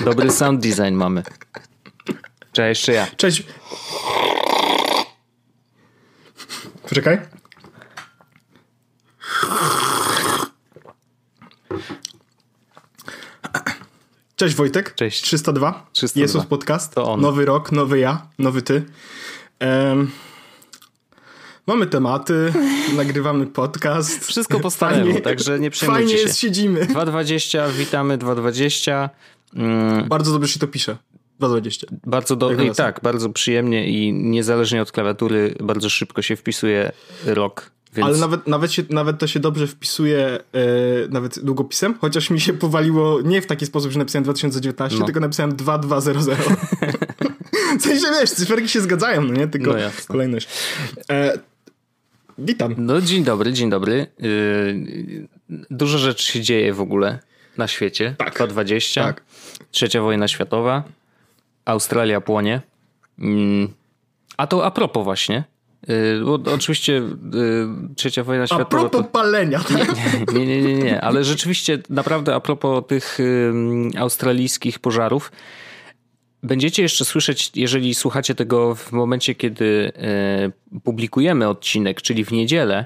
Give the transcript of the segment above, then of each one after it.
Dobry sound design mamy. Cześć, jeszcze ja. Cześć. Poczekaj. Cześć Wojtek. Cześć. 302. 302. Jesus Podcast. To on. Nowy rok, nowy ja, nowy ty. Mamy tematy, nagrywamy podcast. Wszystko po staremu, także nie przejmujcie fajnie się. jest, siedzimy. 2.20, witamy 2.20. Bardzo dobrze się to pisze. 2.20. Bardzo dobrze i tak, bardzo przyjemnie i niezależnie od klawiatury bardzo szybko się wpisuje rok. Więc... Ale nawet to się dobrze wpisuje nawet długopisem, chociaż mi się powaliło nie w taki sposób, że napisałem 2019, tylko napisałem 2200. W sensie, wiesz, cyferki się zgadzają, no nie? Tylko kolejność. Witam. No dzień dobry. Dużo rzeczy się dzieje w ogóle na świecie. Tak. 2.20, Tak. Trzecia wojna światowa, Australia płonie. A to a propos właśnie. Bo oczywiście Trzecia wojna światowa... A propos palenia, tak? Nie, ale rzeczywiście naprawdę a propos tych australijskich pożarów, będziecie jeszcze słyszeć, jeżeli słuchacie tego w momencie, kiedy publikujemy odcinek, czyli w niedzielę,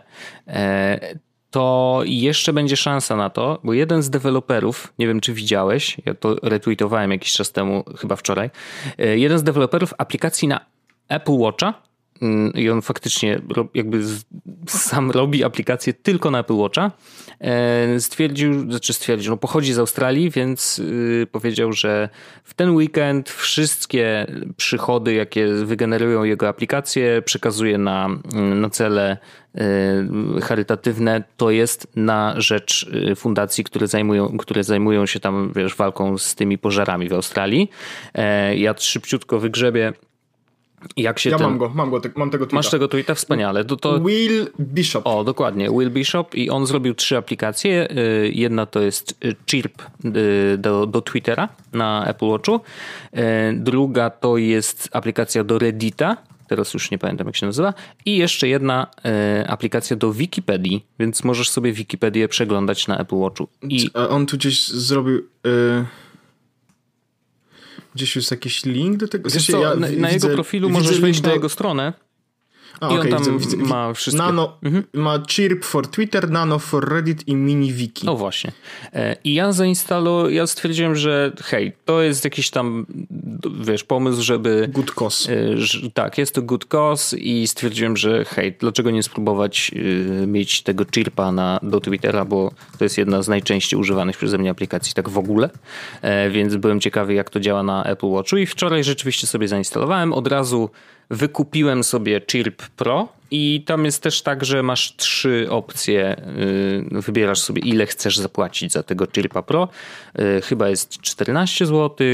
to jeszcze będzie szansa na to, bo jeden z deweloperów, nie wiem czy widziałeś, ja to retweetowałem jakiś czas temu, chyba wczoraj, jeden z deweloperów aplikacji na Apple Watcha, i on faktycznie jakby sam robi aplikację tylko na Apple Watcha, stwierdził, no pochodzi z Australii, więc powiedział, że w ten weekend wszystkie przychody, jakie wygenerują jego aplikacje, przekazuje na cele charytatywne, to jest na rzecz fundacji, które zajmują się tam, wiesz, walką z tymi pożarami w Australii. Ja szybciutko wygrzebię. Jak się mam tego tweeta. Masz tego tweeta? Wspaniale. To... Will Bishop. O, dokładnie. Will Bishop i on zrobił 3 aplikacje. Jedna to jest Chirp do Twittera na Apple Watchu. Druga to jest aplikacja do Reddita. Teraz już nie pamiętam jak się nazywa. I jeszcze jedna aplikacja do Wikipedii, więc możesz sobie Wikipedię przeglądać na Apple Watchu. A on tu gdzieś zrobił... Gdzieś jest jakiś link do tego? Wiesz co, na jego profilu możesz wejść na jego stronę i on tam ma wszystkie... Ma Chirp for Twitter, Nano for Reddit i Mini Wiki. No właśnie. I ja stwierdziłem, że hej, to jest jakiś tam, wiesz, pomysł, żeby... Good cause. Tak, jest to good cause i stwierdziłem, że hej, dlaczego nie spróbować mieć tego Chirpa do Twittera, bo to jest jedna z najczęściej używanych przeze mnie aplikacji tak w ogóle, więc byłem ciekawy jak to działa na Apple Watchu i wczoraj rzeczywiście sobie zainstalowałem, od razu wykupiłem sobie Chirp Pro i tam jest też tak, że masz 3 opcje. Wybierasz sobie ile chcesz zapłacić za tego Chirpa Pro. Chyba jest 14 zł,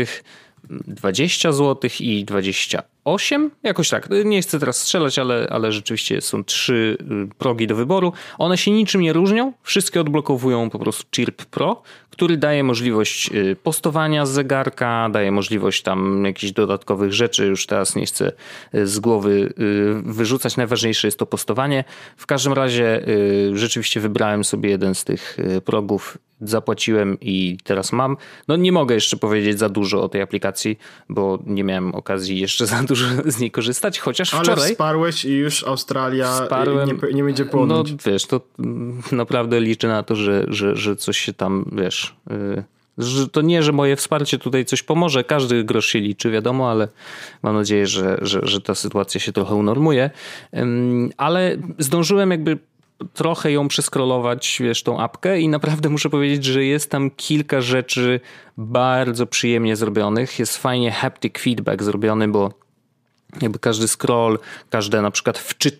20 zł i 28. Jakoś tak. Nie chcę teraz strzelać, ale rzeczywiście są 3 progi do wyboru. One się niczym nie różnią. Wszystkie odblokowują po prostu Chirp Pro, który daje możliwość postowania z zegarka, daje możliwość tam jakichś dodatkowych rzeczy. Już teraz nie chcę z głowy wyrzucać. Najważniejsze jest to postowanie. W każdym razie rzeczywiście wybrałem sobie jeden z tych progów, zapłaciłem i teraz mam. No nie mogę jeszcze powiedzieć za dużo o tej aplikacji, bo nie miałem okazji jeszcze za dużo z niej korzystać, chociaż wczoraj... Ale wsparłeś i już Australia nie będzie płonąć. No wiesz, to naprawdę liczę na to, że coś się tam, wiesz... Że to nie, że moje wsparcie tutaj coś pomoże, każdy grosz się liczy, wiadomo, ale mam nadzieję, że ta sytuacja się trochę unormuje. Ale zdążyłem jakby trochę ją przeskrolować, wiesz, tą apkę i naprawdę muszę powiedzieć, że jest tam kilka rzeczy bardzo przyjemnie zrobionych. Jest fajnie haptic feedback zrobiony, bo jakby każdy scroll, każde na przykład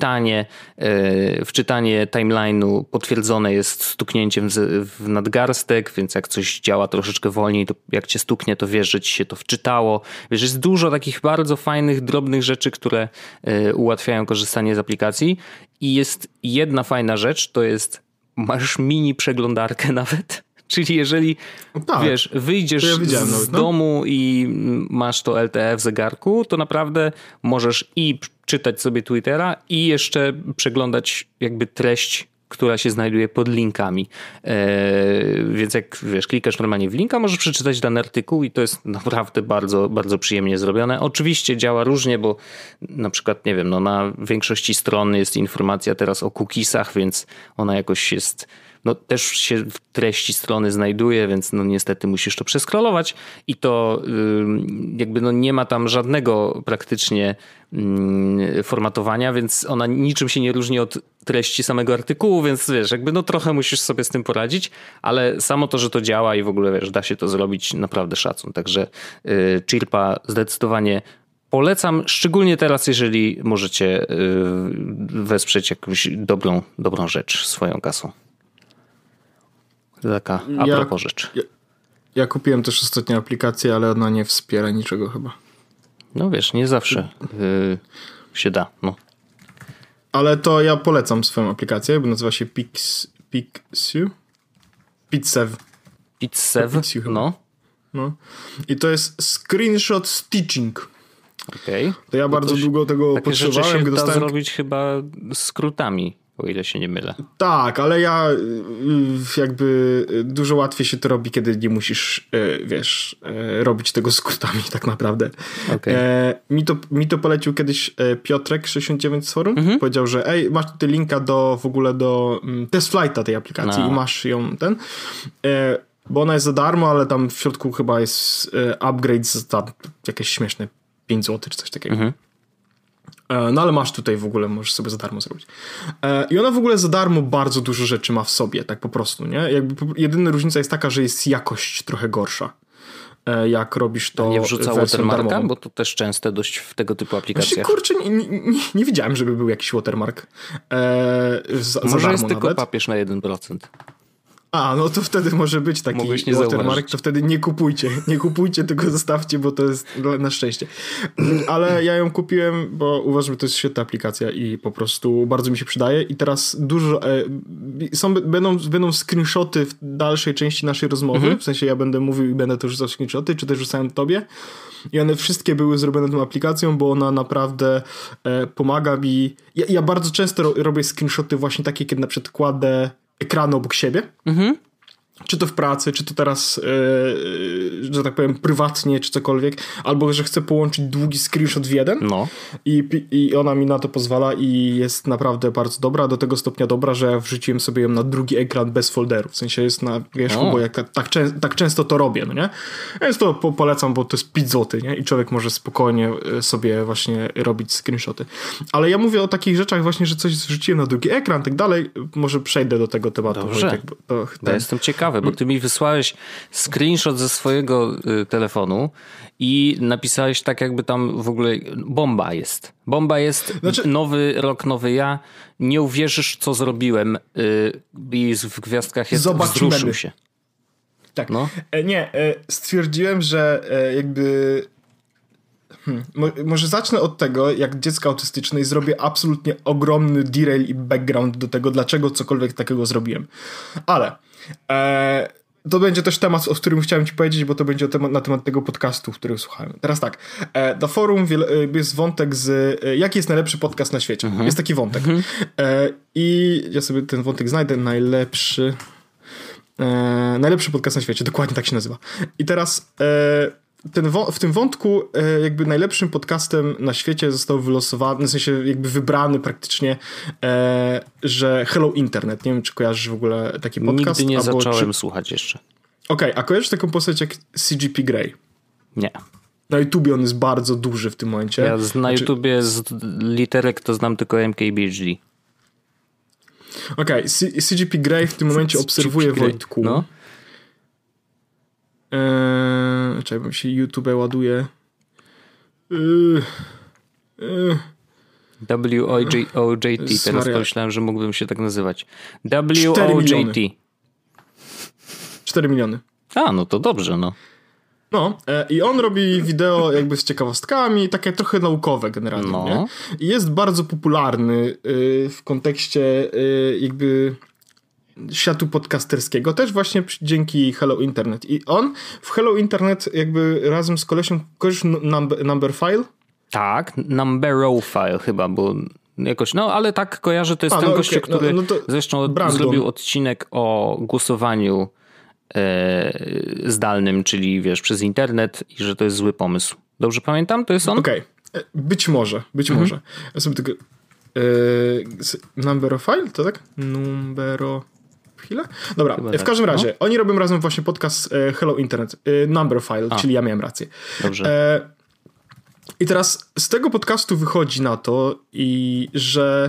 wczytanie timeline'u potwierdzone jest stuknięciem w nadgarstek, więc jak coś działa troszeczkę wolniej, to jak cię stuknie, to wiesz, że ci się to wczytało. Wiesz, jest dużo takich bardzo fajnych, drobnych rzeczy, które ułatwiają korzystanie z aplikacji i jest jedna fajna rzecz, to jest masz mini przeglądarkę nawet. Czyli jeżeli, wiesz, wyjdziesz z domu i masz to LTE w zegarku, to naprawdę możesz i czytać sobie Twittera i jeszcze przeglądać jakby treść, która się znajduje pod linkami. Więc jak wiesz, klikasz normalnie w linka, możesz przeczytać dany artykuł i to jest naprawdę bardzo, bardzo przyjemnie zrobione. Oczywiście działa różnie, bo na przykład, nie wiem, no na większości stron jest informacja teraz o cookiesach, więc ona jakoś jest... No też się w treści strony znajduje, więc no niestety musisz to przeskrolować i to jakby no nie ma tam żadnego praktycznie formatowania, więc ona niczym się nie różni od treści samego artykułu, więc wiesz, jakby no trochę musisz sobie z tym poradzić, ale samo to, że to działa i w ogóle wiesz, da się to zrobić, naprawdę szacun. Także Chirpa zdecydowanie polecam, szczególnie teraz, jeżeli możecie wesprzeć jakąś dobrą rzecz swoją kasą. Taka a propos rzecz. Ja kupiłem też ostatnią aplikację, ale ona nie wspiera niczego chyba. No wiesz, nie zawsze się da. No. Ale to ja polecam swoją aplikację, bo nazywa się Pixsev. No. I to jest screenshot stitching. Okej. To ja bardzo długo tego takie potrzebowałem. Takie rzeczy się da zrobić chyba skrótami, o ile się nie mylę. Tak, ale ja jakby dużo łatwiej się to robi, kiedy nie musisz, wiesz, robić tego skrótami tak naprawdę. Okay. Mi to polecił kiedyś Piotrek 69 z forum. Powiedział, że masz tutaj linka w ogóle do test flighta tej aplikacji i masz ją bo ona jest za darmo, ale tam w środku chyba jest upgrade za jakieś śmieszne 5 zł czy coś takiego. No ale masz tutaj w ogóle, możesz sobie za darmo zrobić. I ona w ogóle za darmo bardzo dużo rzeczy ma w sobie, tak po prostu, nie? Jakby jedyna różnica jest taka, że jest jakość trochę gorsza. Jak robisz to. Nie wrzuca watermarka? Bo to też częste dość w tego typu aplikacjach. Kurczę, nie widziałem, żeby był jakiś watermark. Może jest tylko papież na 1%. No to wtedy może być taki watermark, to wtedy nie kupujcie, tylko zostawcie, bo to jest na szczęście. Ale ja ją kupiłem, bo uważam, że to jest świetna aplikacja i po prostu bardzo mi się przydaje i teraz dużo będą screenshoty w dalszej części naszej rozmowy, w sensie ja będę mówił i będę też rzucał screenshoty, czy też rzucałem tobie i one wszystkie były zrobione tą aplikacją, bo ona naprawdę pomaga mi. Ja bardzo często robię screenshoty właśnie takie, kiedy na przykład kładę ekranu obok siebie. Czy to w pracy, czy to teraz, że tak powiem, prywatnie, czy cokolwiek, albo że chcę połączyć długi screenshot w jeden. No. I ona mi na to pozwala i jest naprawdę bardzo dobra, do tego stopnia dobra, że wrzuciłem sobie ją na drugi ekran bez folderu. W sensie jest na wierzchu, bo jak tak często to robię, no nie? Więc to polecam, bo to jest 5 zł, nie? I człowiek może spokojnie sobie właśnie robić screenshoty. Ale ja mówię o takich rzeczach właśnie, że coś wrzuciłem na drugi ekran, tak dalej. Może przejdę do tego tematu. Dobrze. Wojtek, Ja jestem ciekawy, bo ty mi wysłałeś screenshot ze swojego telefonu i napisałeś tak, jakby tam w ogóle bomba jest. Znaczy... Nowy rok, nowy ja. Nie uwierzysz, co zrobiłem. I w gwiazdkach jest wzruszył się. Tak. No. Stwierdziłem, że jakby... Może zacznę od tego, jak dziecko autystyczne i zrobię absolutnie ogromny derail i background do tego, dlaczego cokolwiek takiego zrobiłem. Ale to będzie też temat, o którym chciałem ci powiedzieć, bo to będzie na temat tego podcastu, który słuchałem. Teraz tak, na forum jest wątek jaki jest najlepszy podcast na świecie. Jest taki wątek. I ja sobie ten wątek znajdę. Najlepszy podcast na świecie. Dokładnie tak się nazywa. I teraz... w tym wątku jakby najlepszym podcastem na świecie został wylosowany, w sensie jakby wybrany praktycznie, że Hello Internet. Nie wiem, czy kojarzysz w ogóle taki podcast. Nigdy nie zacząłem słuchać jeszcze. Okej, a kojarzysz taką postać jak CGP Grey? Nie. Na YouTubie on jest bardzo duży w tym momencie. Ja na YouTubie z literek to znam tylko MKBHD. Okej, CGP Grey w tym momencie obserwuje Wojtku. No. Czekaj, bo mi się YouTube ładuje. WOJT. Teraz pomyślałem, że mógłbym się tak nazywać. WOJT. 4 miliony. No to dobrze, no. No, i on robi wideo jakby z ciekawostkami, takie trochę naukowe generalnie, nie? I jest bardzo popularny w kontekście jakby światu podcasterskiego, też właśnie dzięki Hello Internet. I on w Hello Internet jakby razem z kolesią, kojarzysz Numberphile? Tak, Numberphile chyba, bo jakoś, no ale tak kojarzę, to jest ten gościu, który zresztą zrobił odcinek o głosowaniu zdalnym, czyli wiesz, przez internet i że to jest zły pomysł. Dobrze pamiętam? To jest on? Okej. Być może. Ja sobie tylko... Number of file, to tak? Chwilę? Dobra, chyba w każdym razie, oni robią razem właśnie podcast Hello Internet, Number of file, czyli ja miałem rację. Dobrze. I teraz z tego podcastu wychodzi na to, że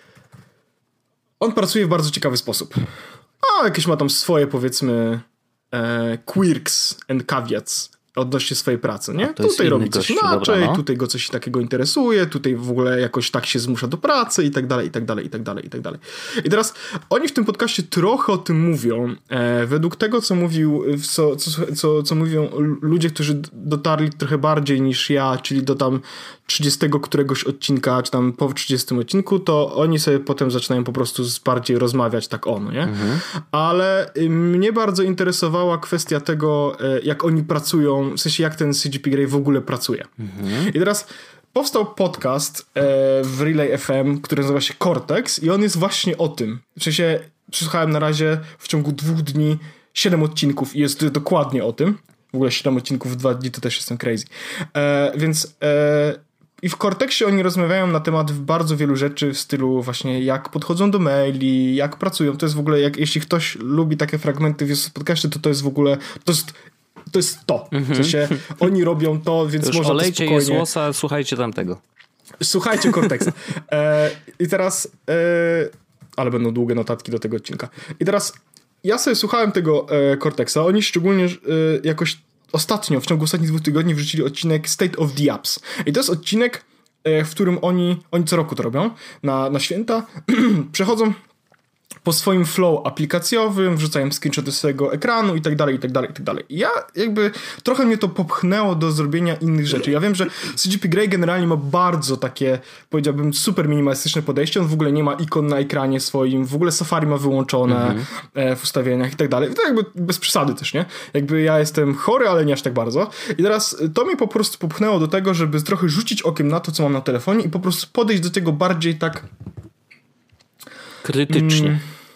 on pracuje w bardzo ciekawy sposób. Jakieś ma tam swoje, powiedzmy, quirks and caveats odnośnie swojej pracy, nie? Tutaj robi coś inaczej, tutaj go coś takiego interesuje, tutaj w ogóle jakoś tak się zmusza do pracy i tak dalej, i tak dalej, i tak dalej, i tak dalej. I teraz oni w tym podcaście trochę o tym mówią, według tego, co mówią ludzie, którzy dotarli trochę bardziej niż ja, czyli do tam 30 któregoś odcinka, czy tam po 30 odcinku, to oni sobie potem zaczynają po prostu bardziej rozmawiać tak nie? Ale mnie bardzo interesowała kwestia tego, jak oni pracują, w sensie jak ten CGP Grey w ogóle pracuje. I teraz powstał podcast w Relay FM, który nazywa się Cortex i on jest właśnie o tym. W sensie przesłuchałem na razie w ciągu 2 dni 7 odcinków i jest dokładnie o tym. W ogóle 7 odcinków w 2 dni to też jestem crazy. I w Cortexie oni rozmawiają na temat bardzo wielu rzeczy w stylu właśnie jak podchodzą do maili, jak pracują. To jest w ogóle, jeśli ktoś lubi takie fragmenty w podcaście, to jest w ogóle, to jest to. W sensie oni robią to, więc już można olejcie to spokojnie... Jesłosa, słuchajcie tamtego. Słuchajcie Cortexa. I teraz... ale będą długie notatki do tego odcinka. I teraz ja sobie słuchałem tego Cortexa. Oni szczególnie jakoś ostatnio, w ciągu ostatnich 2 tygodni wrzucili odcinek State of the Apps. I to jest odcinek, w którym oni co roku to robią, na święta, przechodzą po swoim flow aplikacjowym, wrzucają screenshoty swojego ekranu i tak dalej, i tak dalej, i tak dalej. I ja jakby trochę mnie to popchnęło do zrobienia innych rzeczy. Ja wiem, że CGP Grey generalnie ma bardzo takie, powiedziałbym, super minimalistyczne podejście. On w ogóle nie ma ikon na ekranie swoim, w ogóle Safari ma wyłączone w ustawieniach i tak dalej. I to jakby bez przesady też, nie? Jakby ja jestem chory, ale nie aż tak bardzo. I teraz to mnie po prostu popchnęło do tego, żeby trochę rzucić okiem na to, co mam na telefonie i po prostu podejść do tego bardziej tak... krytycznie.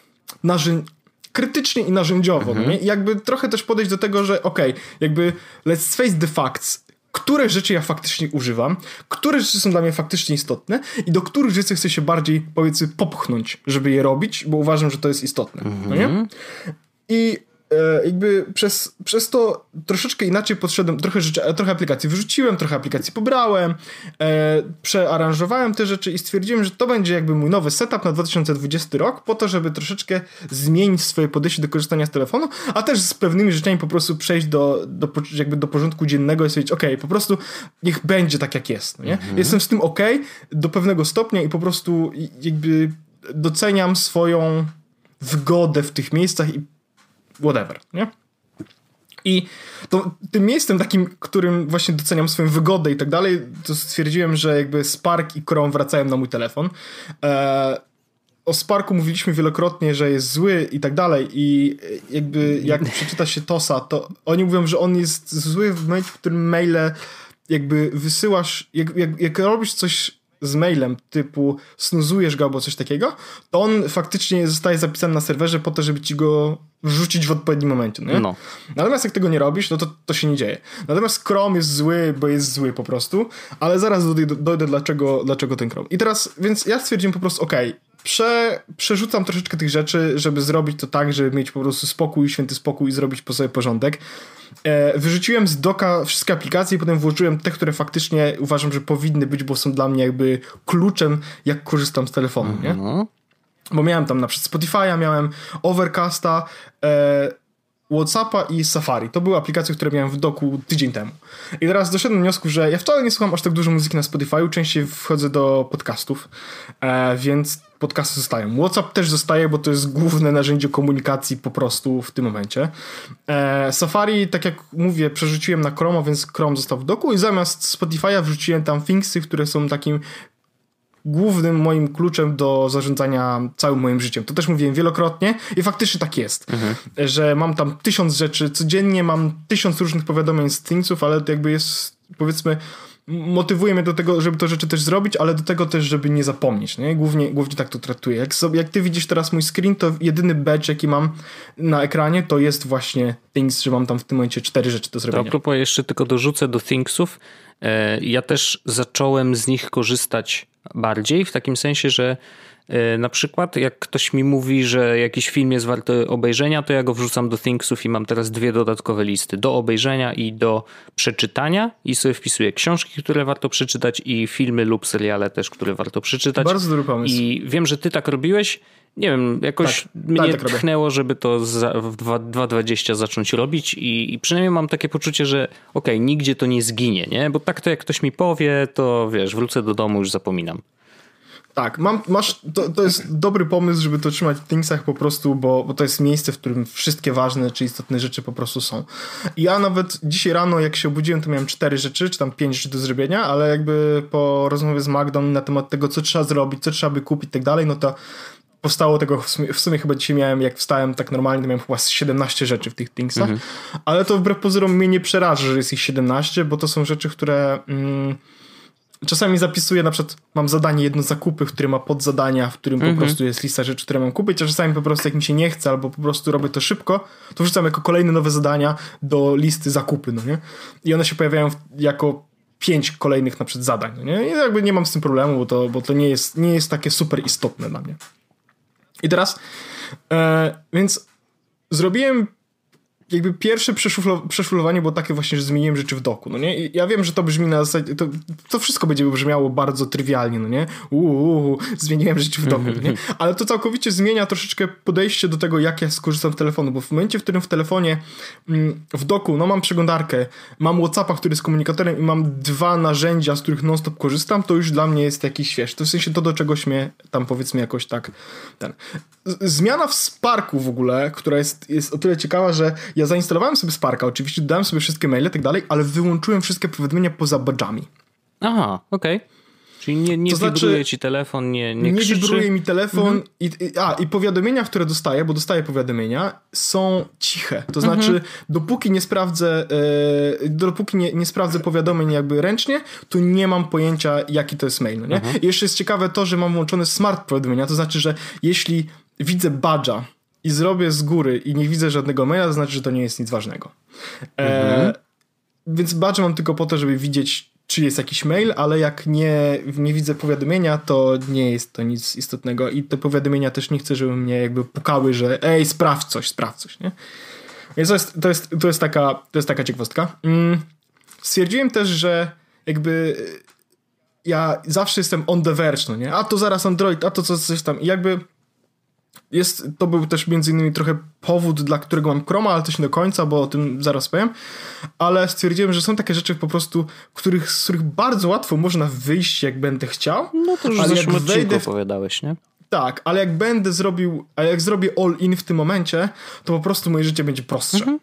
Krytycznie i narzędziowo. No nie? I jakby trochę też podejść do tego, że jakby let's face the facts. Które rzeczy ja faktycznie używam, które rzeczy są dla mnie faktycznie istotne i do których rzeczy chcę się bardziej, powiedzmy, popchnąć, żeby je robić, bo uważam, że to jest istotne. No nie? I jakby przez to troszeczkę inaczej podszedłem, trochę aplikacji wyrzuciłem, trochę aplikacji pobrałem, przearanżowałem te rzeczy i stwierdziłem, że to będzie jakby mój nowy setup na 2020 rok, po to, żeby troszeczkę zmienić swoje podejście do korzystania z telefonu, a też z pewnymi rzeczami po prostu przejść do porządku dziennego i stwierdzić, po prostu niech będzie tak, jak jest. No nie? Jestem z tym do pewnego stopnia i po prostu jakby doceniam swoją wygodę w tych miejscach i whatever, nie? I tym miejscem takim, którym właśnie doceniam swoją wygodę i tak dalej, to stwierdziłem, że jakby Spark i Chrome wracają na mój telefon. O Sparku mówiliśmy wielokrotnie, że jest zły i tak dalej i jakby jak przeczyta się TOSa, to oni mówią, że on jest zły w momencie, w którym maile jakby wysyłasz, jak robisz coś z mailem typu snuzujesz go albo coś takiego, to on faktycznie zostaje zapisany na serwerze po to, żeby ci go wrzucić w odpowiednim momencie. Nie? No. Natomiast jak tego nie robisz, no to się nie dzieje. Natomiast Chrome jest zły, bo jest zły po prostu, ale zaraz dojdę dlaczego ten Chrome. I teraz, więc ja stwierdziłem po prostu, przerzucam troszeczkę tych rzeczy, żeby zrobić to tak, żeby mieć po prostu spokój, święty spokój i zrobić po sobie porządek. Wyrzuciłem z doka wszystkie aplikacje i potem włożyłem te, które faktycznie uważam, że powinny być, bo są dla mnie jakby kluczem, jak korzystam z telefonu, nie? Bo miałem tam na przykład Spotify'a, miałem Overcasta, WhatsAppa i Safari. To były aplikacje, które miałem w doku tydzień temu. I teraz doszedłem do wniosku, że ja wcale nie słucham aż tak dużo muzyki na Spotify'u, częściej wchodzę do podcastów, więc podcasty zostają. WhatsApp też zostaje, bo to jest główne narzędzie komunikacji po prostu w tym momencie. Safari, tak jak mówię, przerzuciłem na Chroma, więc Chrome został w doku i zamiast Spotify'a wrzuciłem tam Thingsy, które są takim głównym moim kluczem do zarządzania całym moim życiem. To też mówiłem wielokrotnie i faktycznie tak jest, że mam tam 1000 rzeczy, codziennie mam 1000 różnych powiadomień z Thingsów, ale to jakby jest, powiedzmy, motywuje mnie do tego, żeby te rzeczy też zrobić, ale do tego też, żeby nie zapomnieć, nie? Głównie tak to traktuję. Jak ty widzisz teraz mój screen, to jedyny badge, jaki mam na ekranie, to jest właśnie Things, że mam tam w tym momencie 4 rzeczy do zrobienia. To a propos, jeszcze tylko dorzucę do Thingsów. Ja też zacząłem z nich korzystać bardziej, w takim sensie, że na przykład jak ktoś mi mówi, że jakiś film jest warty obejrzenia, to ja go wrzucam do Thingsów i mam teraz 2 dodatkowe listy. Do obejrzenia i do przeczytania i sobie wpisuję książki, które warto przeczytać i filmy lub seriale też, które warto przeczytać. Bardzo dobry pomysł. I wiem, że ty tak robiłeś. Nie wiem, jakoś mnie tak tchnęło, żeby to w 2.20 zacząć robić i przynajmniej mam takie poczucie, że okej, nigdzie to nie zginie, nie? Bo tak to jak ktoś mi powie, to wiesz, wrócę do domu, już zapominam. Tak, to jest dobry pomysł, żeby to trzymać w Thingsach po prostu, bo to jest miejsce, w którym wszystkie ważne czy istotne rzeczy po prostu są. I ja nawet dzisiaj rano, jak się obudziłem, to miałem 4 rzeczy, czy tam 5 rzeczy do zrobienia, ale jakby po rozmowie z Magdą na temat tego, co trzeba zrobić, co trzeba by kupić i tak dalej, no to powstało tego, w sumie chyba dzisiaj miałem, jak wstałem tak normalnie, to miałem chyba 17 rzeczy w tych Thingsach, ale to wbrew pozorom mnie nie przeraża, że jest ich 17, bo to są rzeczy, które... Czasami zapisuję, na przykład mam zadanie jedno zakupy, które ma podzadania, w którym po prostu jest lista rzeczy, które mam kupić, a czasami po prostu jak mi się nie chce albo po prostu robię to szybko, to wrzucam jako kolejne nowe zadania do listy zakupy, no nie? I one się pojawiają jako 5 kolejnych na przykład zadań, no nie? I jakby nie mam z tym problemu, bo to nie jest takie super istotne dla mnie. I teraz więc zrobiłem jakby pierwsze przeszuflowanie było takie właśnie, że zmieniłem rzeczy w doku, no nie? I ja wiem, że to brzmi na zasadzie, to wszystko będzie brzmiało bardzo trywialnie, no nie? Zmieniłem rzeczy w doku, no nie? Ale to całkowicie zmienia troszeczkę podejście do tego, jak ja skorzystam z telefonu, bo w momencie, w którym w telefonie w doku, no mam przeglądarkę, mam WhatsAppa, który jest komunikatorem i mam 2 narzędzia, z których non-stop korzystam, to już dla mnie jest jakiś, wiesz, to w sensie to do czegoś mnie tam powiedzmy jakoś tak zmiana w Sparku w ogóle, która jest o tyle ciekawa, że ja zainstalowałem sobie Sparka, oczywiście dodałem sobie wszystkie maile i tak dalej, ale wyłączyłem wszystkie powiadomienia poza badżami. Aha, okej. Czyli nie to wibruje znaczy, ci telefon, nie krzyczy? Nie wibruje mi telefon i powiadomienia, które dostaję, bo dostaję powiadomienia, są ciche. To znaczy, dopóki nie sprawdzę nie sprawdzę powiadomień jakby ręcznie, to nie mam pojęcia, jaki to jest mail, no nie? I jeszcze jest ciekawe to, że mam włączone smart powiadomienia, to znaczy, że jeśli widzę badża i zrobię z góry i nie widzę żadnego maila, to znaczy, że to nie jest nic ważnego. Więc badge mam tylko po to, żeby widzieć, czy jest jakiś mail, ale jak nie widzę powiadomienia, to nie jest to nic istotnego i te powiadomienia też nie chcę, żeby mnie jakby pukały, że sprawdź coś, nie? Więc to jest taka ciekawostka. Stwierdziłem też, że jakby ja zawsze jestem on the verge, no nie? A to zaraz Android, a to coś tam i jakby to był też między innymi trochę powód, dla którego mam Chroma, ale to nie do końca, bo o tym zaraz powiem. Ale stwierdziłem, że są takie rzeczy po prostu, z których bardzo łatwo można wyjść, jak będę chciał. No to już w zeszłym odcinku opowiadałeś, nie? Tak, ale jak zrobię all in w tym momencie, to po prostu moje życie będzie prostsze.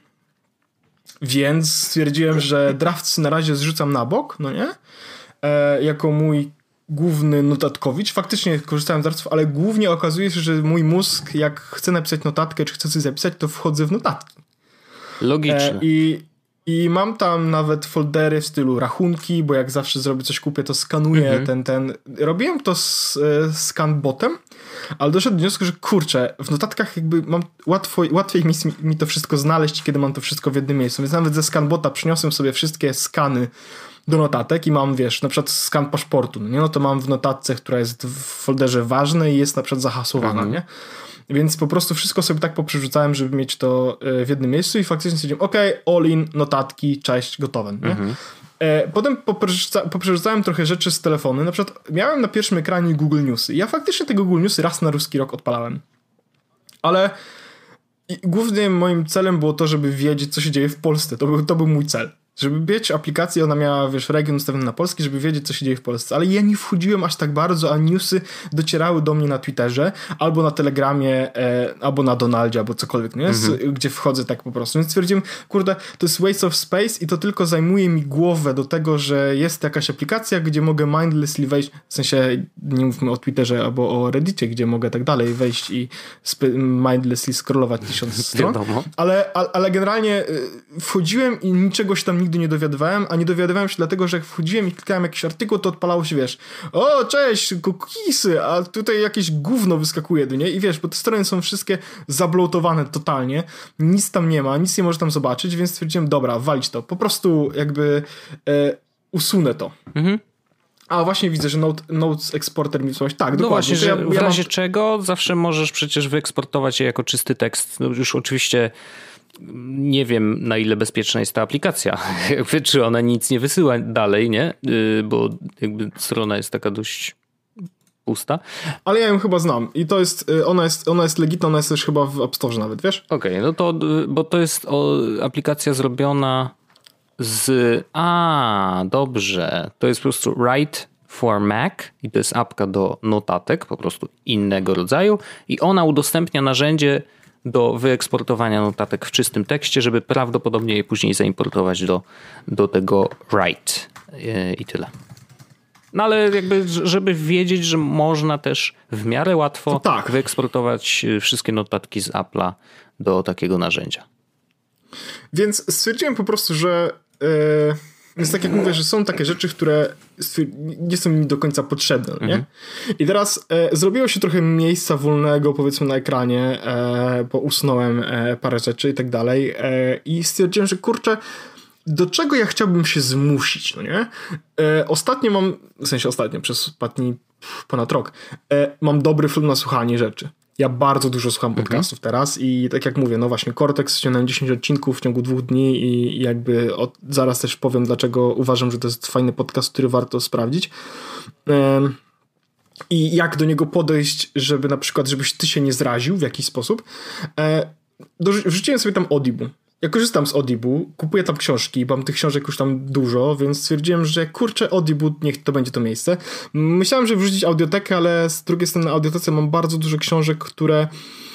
Więc stwierdziłem, że Draftsy na razie zrzucam na bok, no nie? Jako mój główny notatkowicz. Faktycznie korzystałem z Draftsów, ale głównie okazuje się, że mój mózg, jak chce napisać notatkę, czy chce coś zapisać, to wchodzę w notatki. Logiczne. I mam tam nawet foldery w stylu rachunki, bo jak zawsze zrobię coś, kupię, to skanuję Robiłem to z scanbotem, ale doszedłem do wniosku, że kurczę, w notatkach jakby mam łatwiej mi to wszystko znaleźć, kiedy mam to wszystko w jednym miejscu. Więc nawet ze scanbota przyniosłem sobie wszystkie skany do notatek i mam, wiesz, na przykład skan paszportu, no nie? No to mam w notatce, która jest w folderze ważne i jest na przykład zahasłowana, nie? Więc po prostu wszystko sobie tak poprzerzucałem, żeby mieć to w jednym miejscu i faktycznie stwierdziłem, all in, notatki, cześć, gotowe, nie? Potem poprzerzucałem trochę rzeczy z telefonu. Na przykład miałem na pierwszym ekranie Google Newsy. Ja faktycznie te Google Newsy raz na ruski rok odpalałem. Ale głównym moim celem było to, żeby wiedzieć, co się dzieje w Polsce. To był mój cel. Żeby mieć aplikację, ona miała, wiesz, region ustawiony na polski, żeby wiedzieć, co się dzieje w Polsce. Ale ja nie wchodziłem aż tak bardzo, a newsy docierały do mnie na Twitterze, albo na Telegramie, albo na Donaldzie, albo cokolwiek, nie? Gdzie wchodzę tak po prostu. Więc stwierdziłem, kurde, to jest waste of space i to tylko zajmuje mi głowę do tego, że jest jakaś aplikacja, gdzie mogę mindlessly wejść, w sensie nie mówmy o Twitterze albo o Reddicie, gdzie mogę tak dalej wejść i mindlessly scrollować 1000 stron. Ale generalnie wchodziłem i niczegoś tam nigdy nie dowiadywałem, a nie dowiadywałem się dlatego, że jak wchodziłem i klikałem jakiś artykuł, to odpalało się, wiesz, o, cześć, cookiesy, a tutaj jakieś gówno wyskakuje, nie? I wiesz, bo te strony są wszystkie zablotowane totalnie, nic tam nie ma, nic nie może tam zobaczyć, więc stwierdziłem, dobra, walić to, po prostu jakby usunę to. A właśnie widzę, że Notes Exporter mi coś. Tak, dokładnie. No właśnie, że w razie czego zawsze możesz przecież wyeksportować je jako czysty tekst. No już oczywiście nie wiem, na ile bezpieczna jest ta aplikacja. Czy ona nic nie wysyła dalej, nie? Bo jakby strona jest taka dość pusta. Ale ja ją chyba znam i to jest, ona jest legitna, ona jest też chyba w App Store nawet, wiesz? Okej, no to, bo to jest aplikacja zrobiona dobrze. To jest po prostu Write for Mac i to jest apka do notatek, po prostu innego rodzaju i ona udostępnia narzędzie do wyeksportowania notatek w czystym tekście, żeby prawdopodobnie je później zaimportować do tego Write i tyle. No ale jakby, żeby wiedzieć, że można też w miarę łatwo wyeksportować wszystkie notatki z Apple'a do takiego narzędzia. Więc stwierdziłem po prostu, że więc tak jak mówię, że są takie rzeczy, które nie są mi do końca potrzebne, nie? I teraz zrobiło się trochę miejsca wolnego, powiedzmy, na ekranie, bo usunąłem parę rzeczy i tak dalej i stwierdziłem, że kurczę, do czego ja chciałbym się zmusić, no nie? Ostatnio, przez ostatni ponad rok, mam dobry film na słuchanie rzeczy. Ja bardzo dużo słucham podcastów teraz i tak jak mówię, no właśnie Cortex ściągnąłem 10 odcinków w ciągu 2 dni i jakby zaraz też powiem, dlaczego uważam, że to jest fajny podcast, który warto sprawdzić. I jak do niego podejść, żeby na przykład, żebyś ty się nie zraził w jakiś sposób. Wrzuciłem sobie tam Audible. Ja korzystam z Audible, kupuję tam książki, mam tych książek już tam dużo, więc stwierdziłem, że kurczę, Audible, niech to będzie to miejsce. Myślałem, że wrzucić audiotekę, ale z drugiej strony na audiotece mam bardzo dużo książek, które...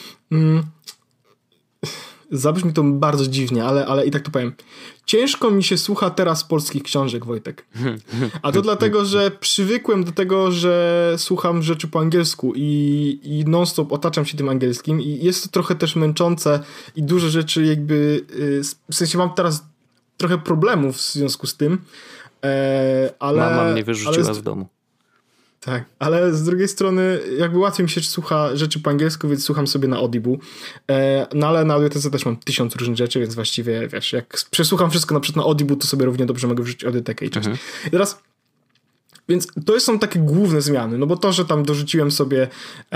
Zabrzmi to bardzo dziwnie, ale i tak to powiem. Ciężko mi się słucha teraz polskich książek, Wojtek. A to dlatego, że przywykłem do tego, że słucham rzeczy po angielsku i non-stop otaczam się tym angielskim i jest to trochę też męczące i dużo rzeczy jakby... W sensie mam teraz trochę problemów w związku z tym, ale... Mama mnie wyrzuciła z domu. Tak, ale z drugiej strony jakby łatwiej mi się słucha rzeczy po angielsku, więc słucham sobie na Audible. No ale na audiotece też mam 1000 różnych rzeczy, więc właściwie wiesz, jak przesłucham wszystko na przykład na Audible, to sobie równie dobrze mogę wrzucić audiotekę i cześć. I teraz więc to są takie główne zmiany, no bo to, że tam dorzuciłem sobie,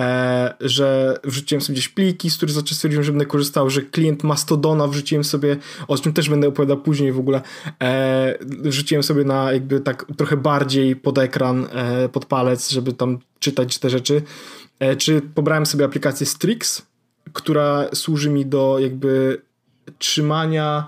że wrzuciłem sobie gdzieś pliki, z których stwierdziłem, że będę korzystał, że klient Mastodona wrzuciłem sobie, o czym też będę opowiadał później w ogóle, wrzuciłem sobie na jakby tak trochę bardziej pod ekran, pod palec, żeby tam czytać te rzeczy, czy pobrałem sobie aplikację Strix, która służy mi do jakby trzymania,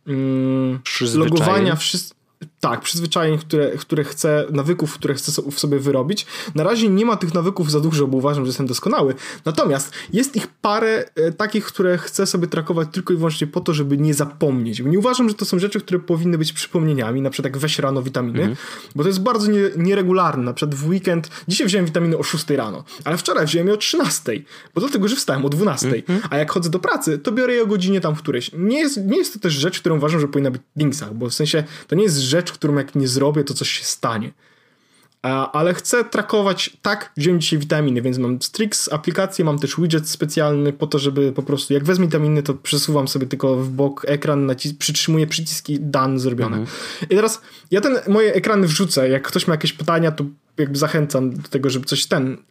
logowania wszystkich. Tak, przyzwyczajeń, które chcę, nawyków, które chcę w sobie wyrobić. Na razie nie ma tych nawyków za dużo, bo uważam, że jestem doskonały. Natomiast jest ich parę takich, które chcę sobie trakować tylko i wyłącznie po to, żeby nie zapomnieć. Bo nie uważam, że to są rzeczy, które powinny być przypomnieniami, na przykład jak weź rano witaminy, bo to jest bardzo nieregularne. Na przykład w weekend, dzisiaj wziąłem witaminy o 6 rano, ale wczoraj wziąłem je o 13, bo dlatego, że wstałem o 12. A jak chodzę do pracy, to biorę je o godzinie tam w którejś. Nie jest to też rzecz, którą uważam, że powinna być w dingsach, bo w sensie to nie jest rzecz, którą jak nie zrobię, to coś się stanie. Ale chcę trakować, tak, wziąłem dzisiaj witaminy, więc mam Strix aplikację, mam też widget specjalny po to, żeby po prostu, jak wezmę witaminy, to przesuwam sobie tylko w bok ekran, przytrzymuję przyciski, done, zrobione. I teraz ja moje ekrany wrzucę, jak ktoś ma jakieś pytania, to jakby zachęcam do tego, żeby coś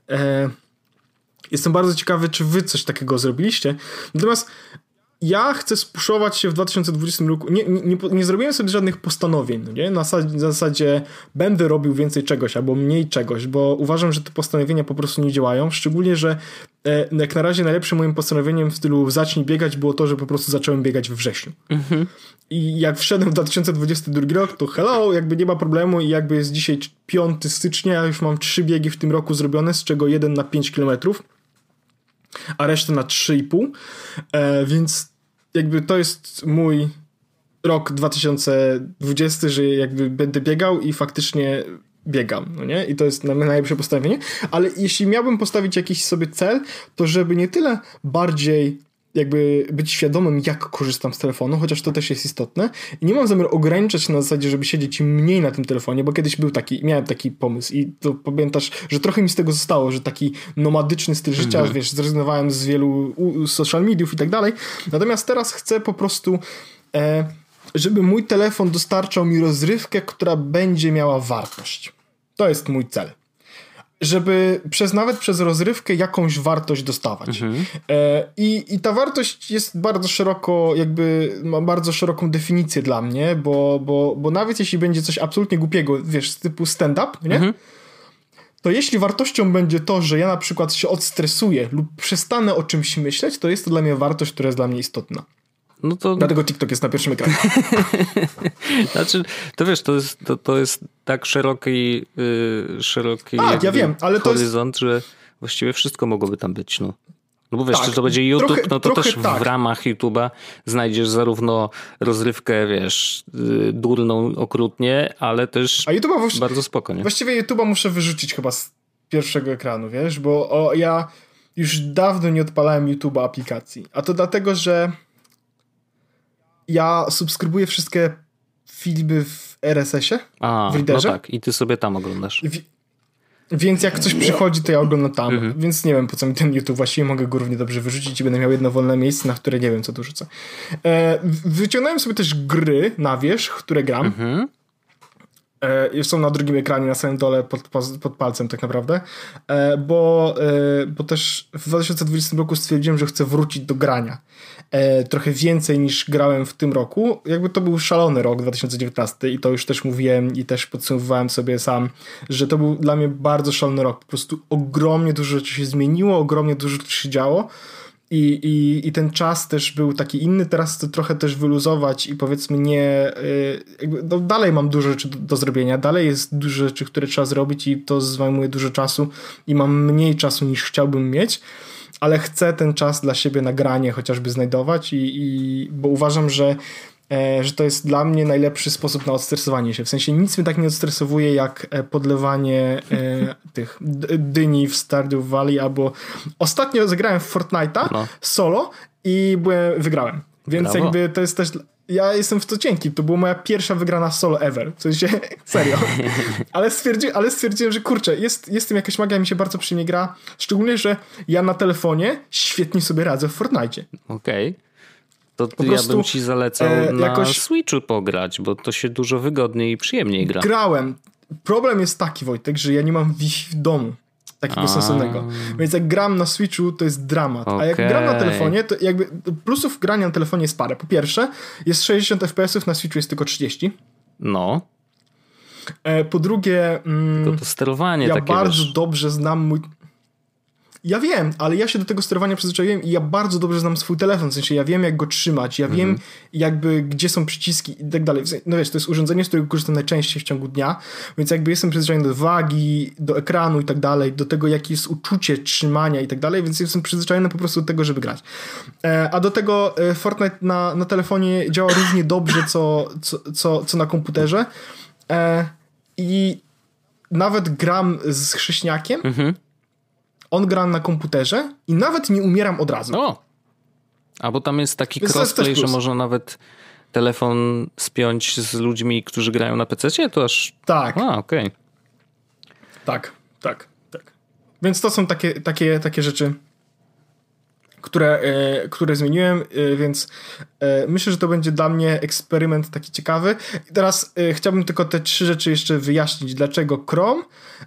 jestem bardzo ciekawy, czy wy coś takiego zrobiliście. Natomiast ja chcę spuszować się w 2020 roku. Nie zrobiłem sobie żadnych postanowień, no nie? Na zasadzie będę robił więcej czegoś albo mniej czegoś, bo uważam, że te postanowienia po prostu nie działają. Szczególnie, że jak na razie najlepszym moim postanowieniem w stylu zacznij biegać było to, że po prostu zacząłem biegać we wrześniu. I jak wszedłem w 2022 rok, to hello, jakby nie ma problemu i jakby jest dzisiaj 5 stycznia, ja już mam 3 biegi w tym roku zrobione, z czego 1 na 5 kilometrów, a resztę na 3,5, więc jakby to jest mój rok 2020, że jakby będę biegał i faktycznie biegam, no nie? I to jest najlepsze postawienie, ale jeśli miałbym postawić jakiś sobie cel, to żeby nie tyle bardziej jakby być świadomym, jak korzystam z telefonu, chociaż to też jest istotne. I nie mam zamiaru ograniczać na zasadzie, żeby siedzieć mniej na tym telefonie, bo kiedyś miałem taki pomysł i to pamiętasz, że trochę mi z tego zostało, że taki nomadyczny styl życia, wiesz, zrezygnowałem z wielu social mediów i tak dalej. Natomiast teraz chcę po prostu, żeby mój telefon dostarczał mi rozrywkę, która będzie miała wartość. To jest mój cel. Żeby nawet przez rozrywkę jakąś wartość dostawać. I ta wartość jest bardzo szeroko, jakby ma bardzo szeroką definicję dla mnie, bo nawet jeśli będzie coś absolutnie głupiego, wiesz, z typu stand-up, nie? To jeśli wartością będzie to, że ja na przykład się odstresuję lub przestanę o czymś myśleć, to jest to dla mnie wartość, która jest dla mnie istotna. No to... Dlatego TikTok jest na pierwszym ekranie. Znaczy, to wiesz, to jest tak szeroki ja wiem, ale horyzont, że właściwie wszystko mogłoby tam być. No bo wiesz, czy to będzie YouTube, no to też w ramach YouTube'a znajdziesz zarówno rozrywkę, wiesz, durną okrutnie, ale też bardzo spoko, nie? Właściwie YouTube'a muszę wyrzucić chyba z pierwszego ekranu, wiesz, bo ja już dawno nie odpalałem YouTube'a aplikacji. A to dlatego, że ja subskrybuję wszystkie filmy w RSS-ie, w Readerze. No tak, i ty sobie tam oglądasz. Więc jak coś przychodzi, to ja oglądam tam. Więc nie wiem, po co mi ten YouTube. Właściwie mogę go równie dobrze wyrzucić i będę miał jedno wolne miejsce, na które nie wiem, co tu rzucę. Wyciągnąłem sobie też gry na wierzch, które gram. Są na drugim ekranie, na samym dole, pod palcem tak naprawdę. Bo też w 2020 roku stwierdziłem, że chcę wrócić do grania. Trochę więcej niż grałem w tym roku. Jakby to był szalony rok 2019 i to już też mówiłem i też podsumowywałem sobie sam, że to był dla mnie bardzo szalony rok. Po prostu ogromnie dużo rzeczy się zmieniło, ogromnie dużo rzeczy się działo. I ten czas też był taki inny, teraz chcę trochę też wyluzować i powiedzmy nie, jakby, dalej mam dużo rzeczy do zrobienia, dalej jest dużo rzeczy, które trzeba zrobić i to zajmuje dużo czasu i mam mniej czasu niż chciałbym mieć, ale chcę ten czas dla siebie na granie chociażby znajdować bo uważam, że to jest dla mnie najlepszy sposób na odstresowanie się. W sensie nic mnie tak nie odstresowuje jak podlewanie tych dyni w Stardew Valley, albo ostatnio zagrałem w Fortnite'a solo i wygrałem. Więc Brawo. jakby to jest też... Ja jestem w to cienki. To była moja pierwsza wygrana solo ever. W sensie, serio. Ale stwierdziłem, że kurczę, jest tym jakaś magia, mi się bardzo przyjemnie gra. Szczególnie, że ja na telefonie świetnie sobie radzę w Fortnite. Okej. To ja bym ci zalecał na Switchu pograć, bo to się dużo wygodniej i przyjemniej gra. Grałem. Problem jest taki, Wojtek, że ja nie mam Wi-Fi w domu. Takiego sensownego. Więc jak gram na Switchu, to jest dramat. A jak gram na telefonie, to jakby plusów grania na telefonie jest parę. Po pierwsze, jest 60 FPS-ów, na Switchu jest tylko 30. No. Po drugie... Tylko to sterowanie ja takie, bardzo dobrze znam mój... Ja wiem, ale ja się do tego sterowania przyzwyczaiłem i ja bardzo dobrze znam swój telefon, w sensie ja wiem, jak go trzymać, ja wiem jakby gdzie są przyciski i tak dalej. No wiesz, to jest urządzenie, z którego korzystam najczęściej w ciągu dnia, więc jakby jestem przyzwyczajony do wagi, do ekranu i tak dalej, do tego, jakie jest uczucie trzymania i tak dalej, więc jestem przyzwyczajony po prostu do tego, żeby grać. A do tego Fortnite na telefonie działa równie dobrze, co na komputerze. I nawet gram z chrześniakiem, on gra na komputerze i nawet nie umieram od razu. O! A bo tam jest taki crossplay, że można nawet telefon spiąć z ludźmi, którzy grają na PC-cie? To aż... Tak. Okej. Tak. Więc to są takie rzeczy, które zmieniłem, więc myślę, że to będzie dla mnie eksperyment taki ciekawy. I teraz chciałbym tylko te 3 rzeczy jeszcze wyjaśnić. Dlaczego Chrome,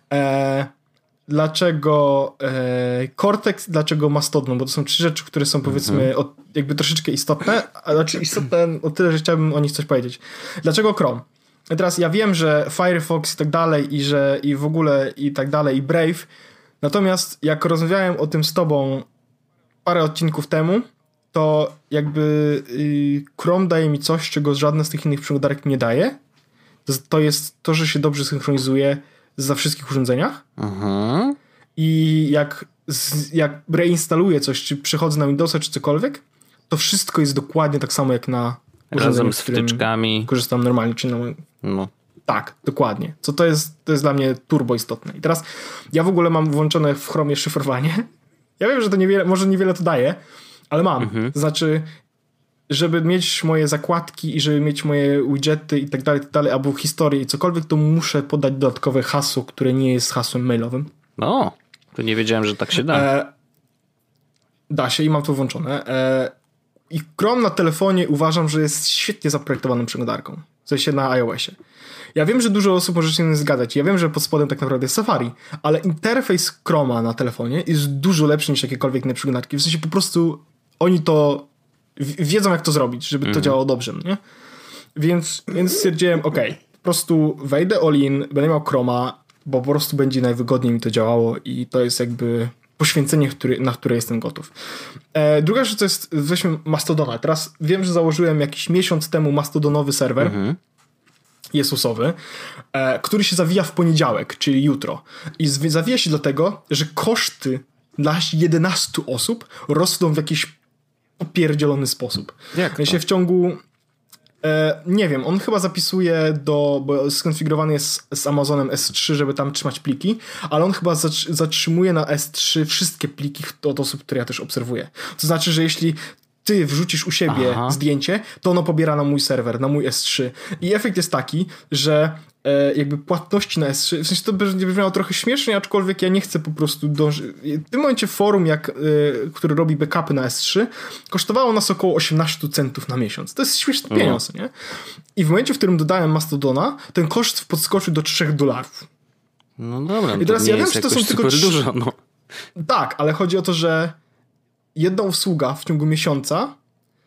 dlaczego Cortex, dlaczego Mastodon, bo to są 3 rzeczy, które są powiedzmy jakby troszeczkę istotne, znaczy istotne o tyle, że chciałbym o nich coś powiedzieć. Dlaczego Chrome? I teraz ja wiem, że Firefox i tak dalej i w ogóle i tak dalej i Brave, natomiast jak rozmawiałem o tym z tobą parę odcinków temu, to jakby Chrome daje mi coś, czego żadna z tych innych przeglądarek nie daje. To jest to, że się dobrze synchronizuje za wszystkich urządzeniach. I jak reinstaluję coś, czy przechodzę na Windowsa, czy cokolwiek, to wszystko jest dokładnie tak samo jak na urządzeniu, z wtyczkami. Korzystam normalnie, czy no. Tak, dokładnie. To jest dla mnie turbo istotne. I teraz ja w ogóle mam włączone w Chromie szyfrowanie. Ja wiem, że to może niewiele to daje, ale mam. Znaczy, żeby mieć moje zakładki i żeby mieć moje widgety i tak dalej, albo historię i cokolwiek, to muszę podać dodatkowe hasło, które nie jest hasłem mailowym. No, to nie wiedziałem, że tak się da. Da się i mam to włączone. I Chrome na telefonie uważam, że jest świetnie zaprojektowaną przeglądarką. W sensie na iOSie. Ja wiem, że dużo osób może się nie zgadzać. Ja wiem, że pod spodem tak naprawdę jest Safari, ale interfejs Chroma na telefonie jest dużo lepszy niż jakiekolwiek inne przeglądarki. W sensie po prostu oni to wiedzą, jak to zrobić, żeby to działało dobrze, nie? Więc stwierdziłem, po prostu wejdę all in, będę miał Chroma, bo po prostu będzie najwygodniej mi to działało i to jest jakby poświęcenie, na które jestem gotów. Druga rzecz to jest, weźmy Mastodona. Teraz wiem, że założyłem jakiś miesiąc temu mastodonowy serwer Jezusowy, który się zawija w poniedziałek, czyli jutro. I zawija się dlatego, że koszty dla 11 osób rosną w jakiś popierdzielony sposób. Jak to? W ciągu nie wiem, on chyba zapisuje bo skonfigurowany jest z Amazonem S3, żeby tam trzymać pliki, ale on chyba zatrzymuje na S3 wszystkie pliki od osób, które ja też obserwuję. To znaczy, że jeśli ty wrzucisz u siebie zdjęcie, to ono pobiera na mój serwer, na mój S3. I efekt jest taki, że jakby płatności na S3, w sensie to będzie brzmiało trochę śmiesznie, aczkolwiek ja nie chcę po prostu dążyć. W tym momencie forum, który robi backupy na S3, kosztowało nas około 18 centów na miesiąc. To jest śmieszny pieniądz, nie? I w momencie, w którym dodałem Mastodona, ten koszt podskoczył do $3. No dobra, i teraz ja wiem, że to są tylko dużo, no. Tak, ale chodzi o to, że jedna usługa w ciągu miesiąca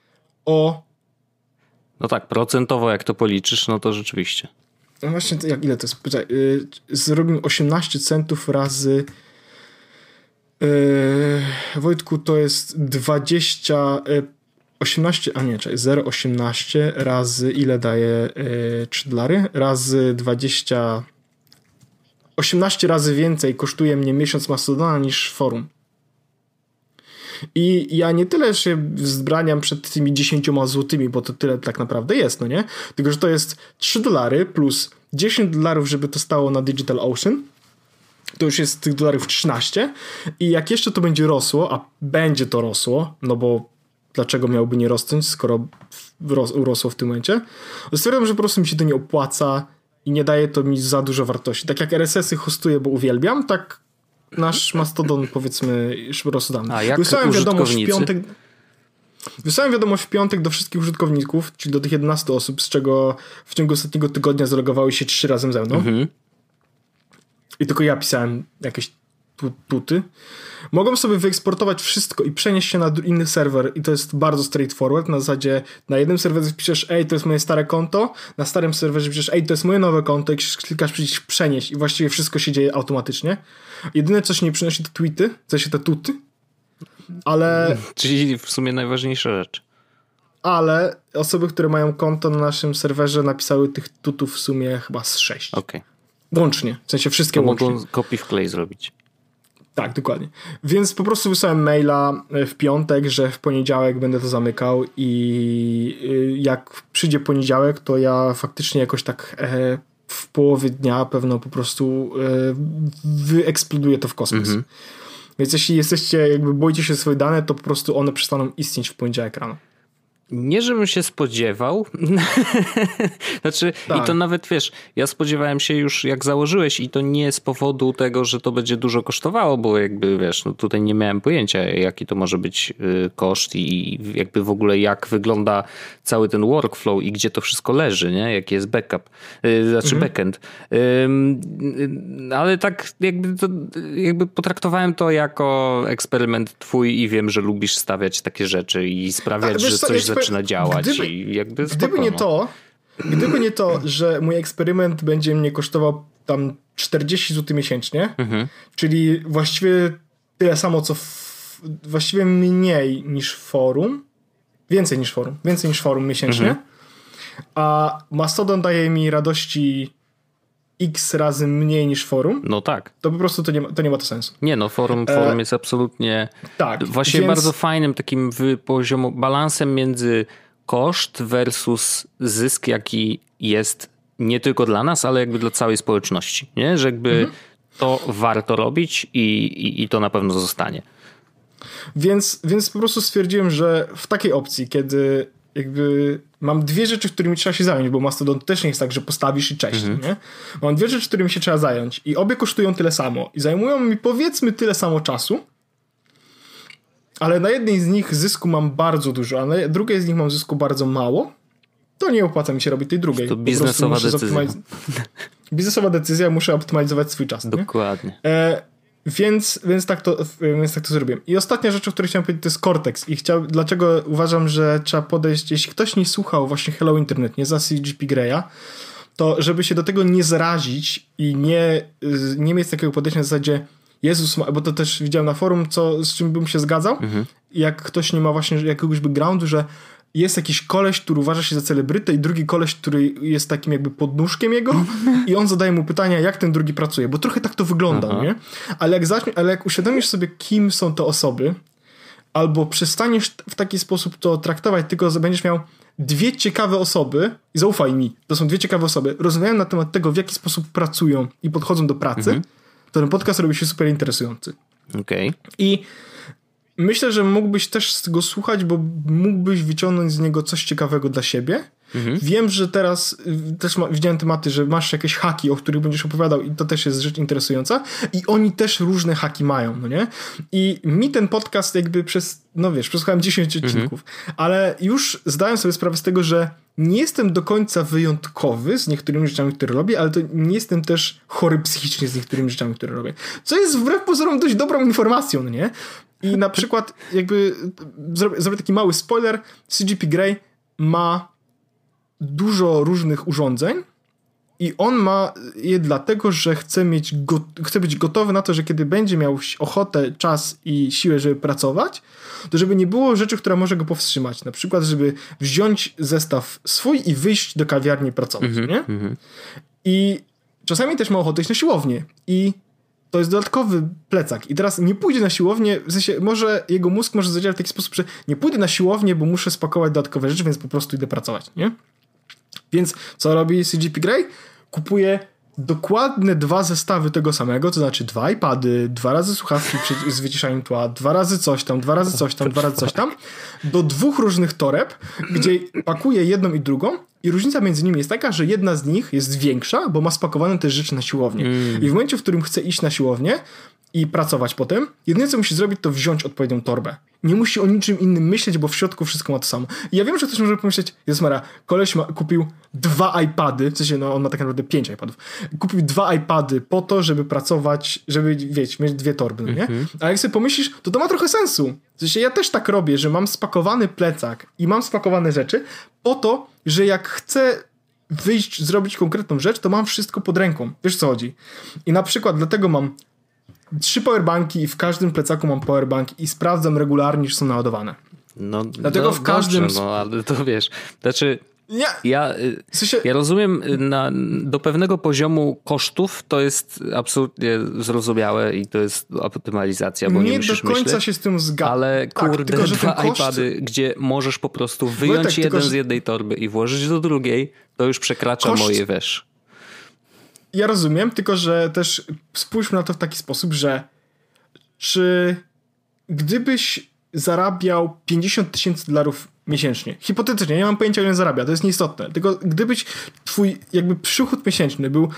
No tak, procentowo jak to policzysz, no to rzeczywiście. No właśnie, ile to jest? Zrobimy 18 centów razy Wojtku, to jest 0,18 razy ile daje $3? Razy 20 18 razy więcej kosztuje mnie miesiąc Mastodona niż forum. I ja nie tyle się wzbraniam przed tymi 10 złotymi, bo to tyle tak naprawdę jest, no nie? Tylko, że to jest $3 plus $10, żeby to stało na DigitalOcean. To już jest tych dolarów 13. I jak jeszcze to będzie rosło, a będzie to rosło, no bo dlaczego miałoby nie rosnąć, skoro urosło w tym momencie, to stwierdzam, że po prostu mi się to nie opłaca i nie daje to mi za dużo wartości. Tak jak RSS-y hostuję, bo uwielbiam, tak nasz Mastodon, powiedzmy, po prostu dam. A jak użytkownicy? Wysłałem wiadomość w piątek do wszystkich użytkowników, czyli do tych 11 osób, z czego w ciągu ostatniego tygodnia zalogowały się 3 razem ze mną. I tylko ja pisałem jakieś tuty. Mogą sobie wyeksportować wszystko i przenieść się na inny serwer i to jest bardzo straightforward. Na zasadzie na jednym serwerze piszesz, to jest moje stare konto, na starym serwerze piszesz, to jest moje nowe konto i klikasz przycisk przenieść i właściwie wszystko się dzieje automatycznie. Jedyne, co się nie przynosi, to tweety, w sensie te tuty, ale... Czyli w sumie najważniejsza rzecz. Ale osoby, które mają konto na naszym serwerze, napisały tych tutów w sumie chyba z 6. Okej. Łącznie, w sensie wszystkie łącznie. Mogą copy wklej zrobić. Tak, dokładnie. Więc po prostu wysłałem maila w piątek, że w poniedziałek będę to zamykał i jak przyjdzie poniedziałek, to ja faktycznie jakoś tak w połowie dnia pewno po prostu wyeksploduję to w kosmos. Więc jeśli boicie się swoje dane, to po prostu one przestaną istnieć w poniedziałek rano. Nie, żebym się spodziewał. Znaczy, tak. I to nawet, wiesz, ja spodziewałem się już, jak założyłeś, i to nie z powodu tego, że to będzie dużo kosztowało, bo jakby, wiesz, no tutaj nie miałem pojęcia, jaki to może być koszt i jakby w ogóle jak wygląda cały ten workflow i gdzie to wszystko leży, nie? Jaki jest backup, backend. Ale tak jakby potraktowałem to jako eksperyment twój i wiem, że lubisz stawiać takie rzeczy i sprawiać, że coś zaczyna działać. I jakby gdyby nie to, że mój eksperyment będzie mnie kosztował tam 40 zł miesięcznie, czyli właściwie tyle samo, co właściwie mniej niż forum, więcej niż forum miesięcznie, a Mastodon daje mi radości x razy mniej niż forum, no tak, to po prostu to nie ma to sensu. Nie, no forum jest absolutnie właśnie bardzo fajnym takim balansem między koszt versus zysk, jaki jest nie tylko dla nas, ale jakby dla całej społeczności, nie? Że jakby to warto robić i to na pewno zostanie. Więc po prostu stwierdziłem, że w takiej opcji, kiedy jakby mam dwie rzeczy, którymi trzeba się zająć, bo Mastodon też nie jest tak, że postawisz i cześć, nie? Mam dwie rzeczy, którymi się trzeba zająć i obie kosztują tyle samo i zajmują mi powiedzmy tyle samo czasu, ale na jednej z nich zysku mam bardzo dużo, a na drugiej z nich mam zysku bardzo mało, to nie opłaca mi się robić tej drugiej. To biznesowa decyzja. Biznesowa decyzja, muszę optymalizować swój czas. Dokładnie. Więc tak to zrobiłem. I ostatnia rzecz, o której chciałem powiedzieć, to jest Cortex. Dlaczego uważam, że trzeba podejść, jeśli ktoś nie słuchał właśnie Hello Internet, nie za CGP Greya, to żeby się do tego nie zarazić i nie mieć takiego podejścia na zasadzie Jezus, bo to też widziałem na forum, z czym bym się zgadzał, jak ktoś nie ma właśnie jakiegoś backgroundu, że jest jakiś koleś, który uważa się za celebrytę i drugi koleś, który jest takim jakby podnóżkiem jego i on zadaje mu pytania, jak ten drugi pracuje, bo trochę tak to wygląda, nie? Ale jak uświadomisz sobie, kim są te osoby, albo przestaniesz w taki sposób to traktować, tylko będziesz miał dwie ciekawe osoby, i zaufaj mi, to są dwie ciekawe osoby, rozmawiają na temat tego, w jaki sposób pracują i podchodzą do pracy, to ten podcast robi się super interesujący. Okej. I myślę, że mógłbyś też go słuchać, bo mógłbyś wyciągnąć z niego coś ciekawego dla siebie. Wiem, że teraz też widziałem tematy, że masz jakieś haki, o których będziesz opowiadał i to też jest rzecz interesująca i oni też różne haki mają, no nie? I mi ten podcast jakby przesłuchałem 10 odcinków, ale już zdałem sobie sprawę z tego, że nie jestem do końca wyjątkowy z niektórymi rzeczami, które robię, ale to nie jestem też chory psychicznie z niektórymi rzeczami, które robię. Co jest wbrew pozorom dość dobrą informacją, no nie? I na przykład jakby zrobię taki mały spoiler, CGP Grey ma dużo różnych urządzeń i on ma je dlatego, że chce być gotowy na to, że kiedy będzie miał ochotę, czas i siłę, żeby pracować, to żeby nie było rzeczy, która może go powstrzymać. Na przykład, żeby wziąć zestaw swój i wyjść do kawiarni pracować, nie? I czasami też ma ochotę iść na siłownię i to jest dodatkowy plecak. I teraz nie pójdzie na siłownię, w sensie może jego mózg może zadziałać w taki sposób, że nie pójdę na siłownię, bo muszę spakować dodatkowe rzeczy, więc po prostu idę pracować, nie? Więc co robi CGP Grey? Kupuje dokładne 2 zestawy tego samego, to znaczy 2 iPady, 2 razy słuchawki z wyciszaniem tła, 2 razy coś tam, 2 razy coś tam, 2 razy coś tam, do 2 różnych toreb, gdzie pakuje jedną i drugą i różnica między nimi jest taka, że jedna z nich jest większa, bo ma spakowane też rzeczy na siłownię. I w momencie, w którym chce iść na siłownię i pracować potem, jedyne co musi zrobić, to wziąć odpowiednią torbę. Nie musi o niczym innym myśleć, bo w środku wszystko ma to samo. I ja wiem, że ktoś może pomyśleć, Jezus Maria, koleś kupił 2 iPady, w sensie on ma tak naprawdę 5 iPadów. Kupił 2 iPady po to, żeby pracować, żeby, mieć 2 torby, no nie? A jak sobie pomyślisz, to ma trochę sensu. W sensie ja też tak robię, że mam spakowany plecak i mam spakowane rzeczy po to, że jak chcę wyjść, zrobić konkretną rzecz, to mam wszystko pod ręką. Wiesz co chodzi? I na przykład dlatego mam 3 powerbanki i w każdym plecaku mam powerbank i sprawdzam regularnie, czy są naładowane. Dlatego w każdym... Dobrze, ale to wiesz, znaczy... Nie. W sensie... Ja rozumiem, do pewnego poziomu kosztów to jest absolutnie zrozumiałe i to jest optymalizacja, bo nie musisz myśleć. Nie do końca się z tym zgadzam. Ale kurde, tylko, 2 iPady, gdzie możesz po prostu wyjąć jeden z jednej torby i włożyć do drugiej, to już przekracza moje wesz. Ja rozumiem, tylko że też spójrzmy na to w taki sposób, że czy gdybyś zarabiał $50,000 miesięcznie, hipotetycznie, nie mam pojęcia, ile zarabia, to jest nieistotne, tylko gdybyś twój jakby przychód miesięczny był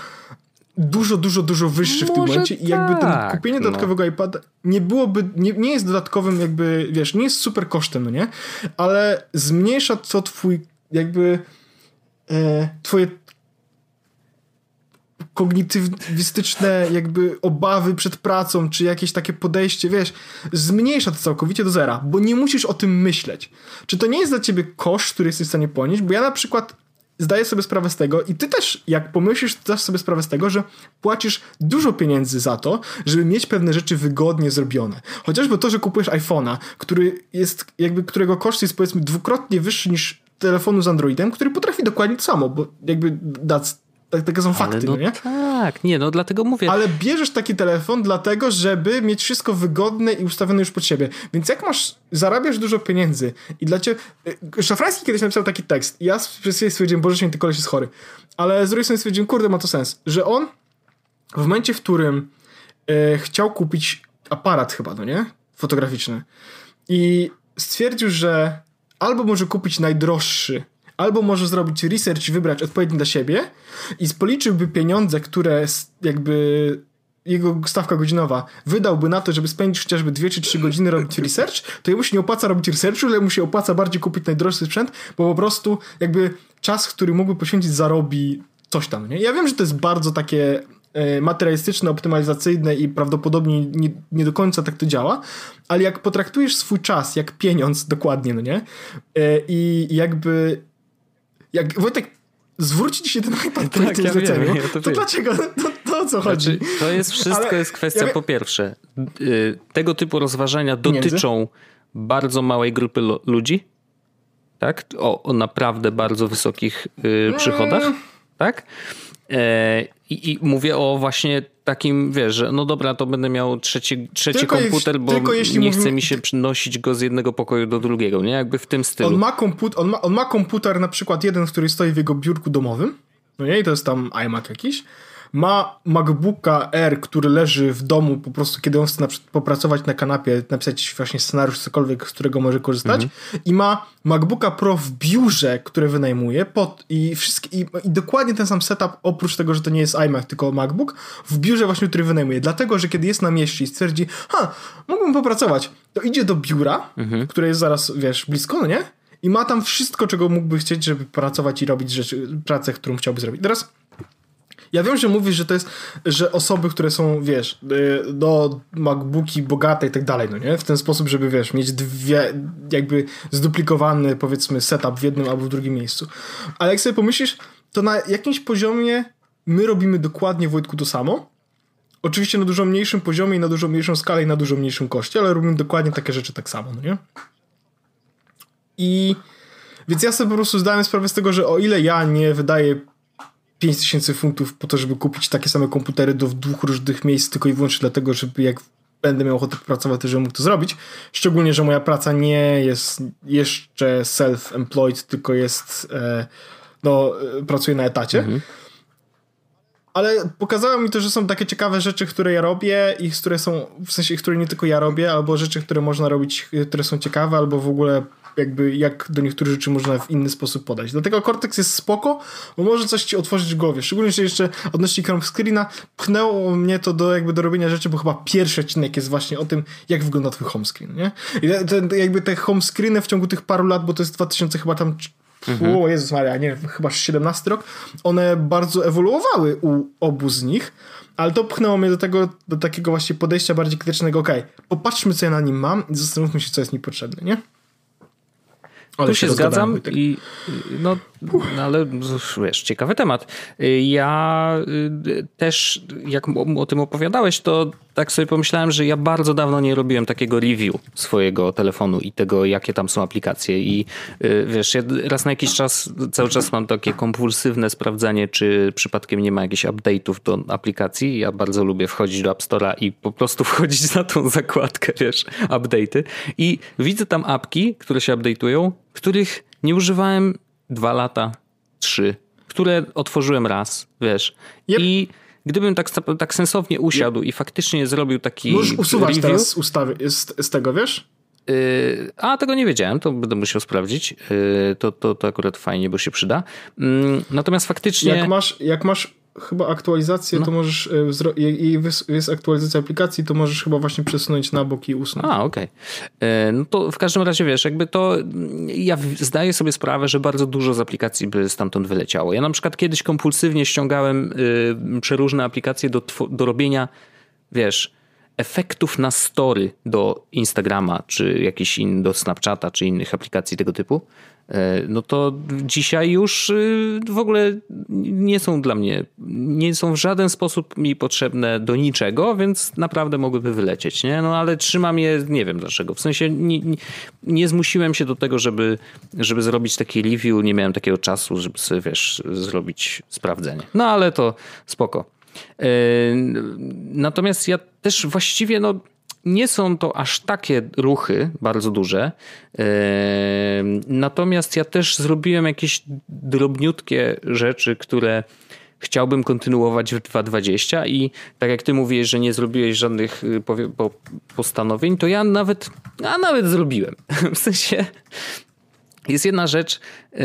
dużo wyższy w tym momencie i jakby ten kupienie dodatkowego iPada nie byłoby, nie jest dodatkowym jakby, wiesz, nie jest super kosztem, no nie? Ale zmniejsza to twój jakby twoje kognitywistyczne jakby obawy przed pracą, czy jakieś takie podejście, wiesz, zmniejsza to całkowicie do zera, bo nie musisz o tym myśleć. Czy to nie jest dla ciebie koszt, który jesteś w stanie ponieść? Bo ja na przykład zdaję sobie sprawę z tego i ty też, jak pomyślisz, zdasz sobie sprawę z tego, że płacisz dużo pieniędzy za to, żeby mieć pewne rzeczy wygodnie zrobione. Chociażby to, że kupujesz iPhone'a, który jest jakby, którego koszt jest powiedzmy 2-krotnie wyższy niż telefonu z Androidem, który potrafi dokładnie to samo, bo jakby takie są fakty, no nie? Tak, dlatego mówię. Ale bierzesz taki telefon dlatego, żeby mieć wszystko wygodne i ustawione już pod siebie. Więc jak zarabiasz dużo pieniędzy i dla ciebie... Szafrański kiedyś napisał taki tekst i ja przez chwilę stwierdziłem, Boże święty, koleś jest chory. Ale z drugiej strony stwierdziłem, kurde, ma to sens. Że on w momencie, w którym chciał kupić aparat chyba, no nie? fotograficzny. I stwierdził, że albo może kupić najdroższy, albo może zrobić research i wybrać odpowiedni dla siebie i policzyłby pieniądze, które jakby jego stawka godzinowa wydałby na to, żeby spędzić chociażby 2 czy 3 godziny robić research, to jemu się nie opłaca robić researchu, ale mu się opłaca bardziej kupić najdroższy sprzęt, bo po prostu jakby czas, który mógłby poświęcić, zarobi coś tam, nie? Ja wiem, że to jest bardzo takie materialistyczne, optymalizacyjne i prawdopodobnie nie do końca tak to działa, ale jak potraktujesz swój czas jak pieniądz dokładnie, no nie? I jakby jak Wojtek zwróci ci się ten iPad po tym zleceniu, to dlaczego? To o co chodzi? Znaczy, to jest wszystko jest kwestia, po pierwsze, tego typu rozważania dotyczą bardzo małej grupy ludzi, tak? O naprawdę bardzo wysokich przychodach, tak? I mówię o właśnie takim, wiesz, że no dobra, to będę miał trzeci komputer, bo nie chce mi się przynosić go z jednego pokoju do drugiego, nie? Jakby w tym stylu. On ma komputer na przykład jeden, który stoi w jego biurku domowym, no nie? I to jest tam iMac jakiś. Ma MacBooka Air, który leży w domu po prostu, kiedy on chce popracować na kanapie, napisać właśnie scenariusz, cokolwiek, z którego może korzystać. I ma MacBooka Pro w biurze, które wynajmuje i dokładnie ten sam setup, oprócz tego, że to nie jest iMac, tylko MacBook, w biurze właśnie, który wynajmuje. Dlatego, że kiedy jest na mieście i stwierdzi, mógłbym popracować, to idzie do biura, które jest zaraz, wiesz, blisko, no nie? I ma tam wszystko, czego mógłby chcieć, żeby pracować i robić pracę, którą chciałby zrobić. Teraz ja wiem, że mówisz, że to jest, że osoby, które są, wiesz, do MacBooki bogate i tak dalej, no nie? W ten sposób, żeby, wiesz, mieć jakby zduplikowany, powiedzmy, setup w jednym albo w drugim miejscu. Ale jak sobie pomyślisz, to na jakimś poziomie my robimy dokładnie, Wojtku, to samo. Oczywiście na dużo mniejszym poziomie i na dużo mniejszą skalę i na dużo mniejszym koszcie, ale robimy dokładnie takie rzeczy tak samo, no nie? Więc ja sobie po prostu zdałem sprawę z tego, że o ile ja nie wydaję 5000 funtów po to, żeby kupić takie same komputery do 2 różnych miejsc, tylko i wyłącznie dlatego, żeby jak będę miał ochotę pracować, to żebym mógł to zrobić. Szczególnie, że moja praca nie jest jeszcze self-employed, tylko jest pracuję na etacie. Ale pokazało mi to, że są takie ciekawe rzeczy, które ja robię i które są, w sensie, które nie tylko ja robię, albo rzeczy, które można robić, które są ciekawe, albo w ogóle jakby jak do niektórych rzeczy można w inny sposób podejść. Dlatego Cortex jest spoko, bo może coś ci otworzyć w głowie. Szczególnie, że jeszcze odnośnie Chrome Screena pchnęło mnie to do robienia rzeczy, bo chyba pierwszy odcinek jest właśnie o tym, jak wygląda twój home screen, nie? I jakby te home screeny w ciągu tych paru lat, bo to jest 2000 chyba tam o Jezus Maria, nie, chyba 17 rok, one bardzo ewoluowały u obu z nich, ale to pchnęło mnie do takiego właśnie podejścia bardziej krytycznego, popatrzmy, co ja na nim mam i zastanówmy się, co jest mi potrzebne, nie? Ale tu się zgadzam ale wiesz, ciekawy temat. Ja też, jak o tym opowiadałeś, to tak sobie pomyślałem, że ja bardzo dawno nie robiłem takiego review swojego telefonu i tego, jakie tam są aplikacje i wiesz, ja raz na jakiś czas, cały czas mam takie kompulsywne sprawdzanie, czy przypadkiem nie ma jakichś update'ów do aplikacji. Ja bardzo lubię wchodzić do App Store'a i po prostu wchodzić na tą zakładkę, wiesz, update'y i widzę tam apki, które się update'ują, których nie używałem 2 lata, 3, które otworzyłem raz, wiesz. I gdybym tak sensownie usiadł i faktycznie zrobił taki możesz usuwać review, teraz ustawy z tego, wiesz? Tego nie wiedziałem, to będę musiał sprawdzić. To akurat fajnie, bo się przyda. Natomiast faktycznie... Jak masz chyba aktualizację, to możesz jest aktualizacja aplikacji, to możesz chyba właśnie przesunąć na bok i usunąć. Okej. No to w każdym razie, wiesz, jakby to ja zdaję sobie sprawę, że bardzo dużo z aplikacji by stamtąd wyleciało. Ja na przykład kiedyś kompulsywnie ściągałem przeróżne aplikacje do robienia, wiesz, efektów na story do Instagrama, czy jakiś do Snapchata, czy innych aplikacji tego typu. No to dzisiaj już w ogóle nie są dla mnie, nie są w żaden sposób mi potrzebne do niczego, więc naprawdę mogłyby wylecieć, nie? No ale trzymam je, nie wiem dlaczego. W sensie nie zmusiłem się do tego, żeby zrobić taki review, nie miałem takiego czasu, żeby sobie, wiesz, zrobić sprawdzenie. No ale to spoko. Natomiast ja też właściwie nie są to aż takie ruchy bardzo duże. Natomiast ja też zrobiłem jakieś drobniutkie rzeczy, które chciałbym kontynuować w 2.20 i tak jak ty mówisz, że nie zrobiłeś żadnych postanowień, to ja nawet zrobiłem. W sensie jest jedna rzecz,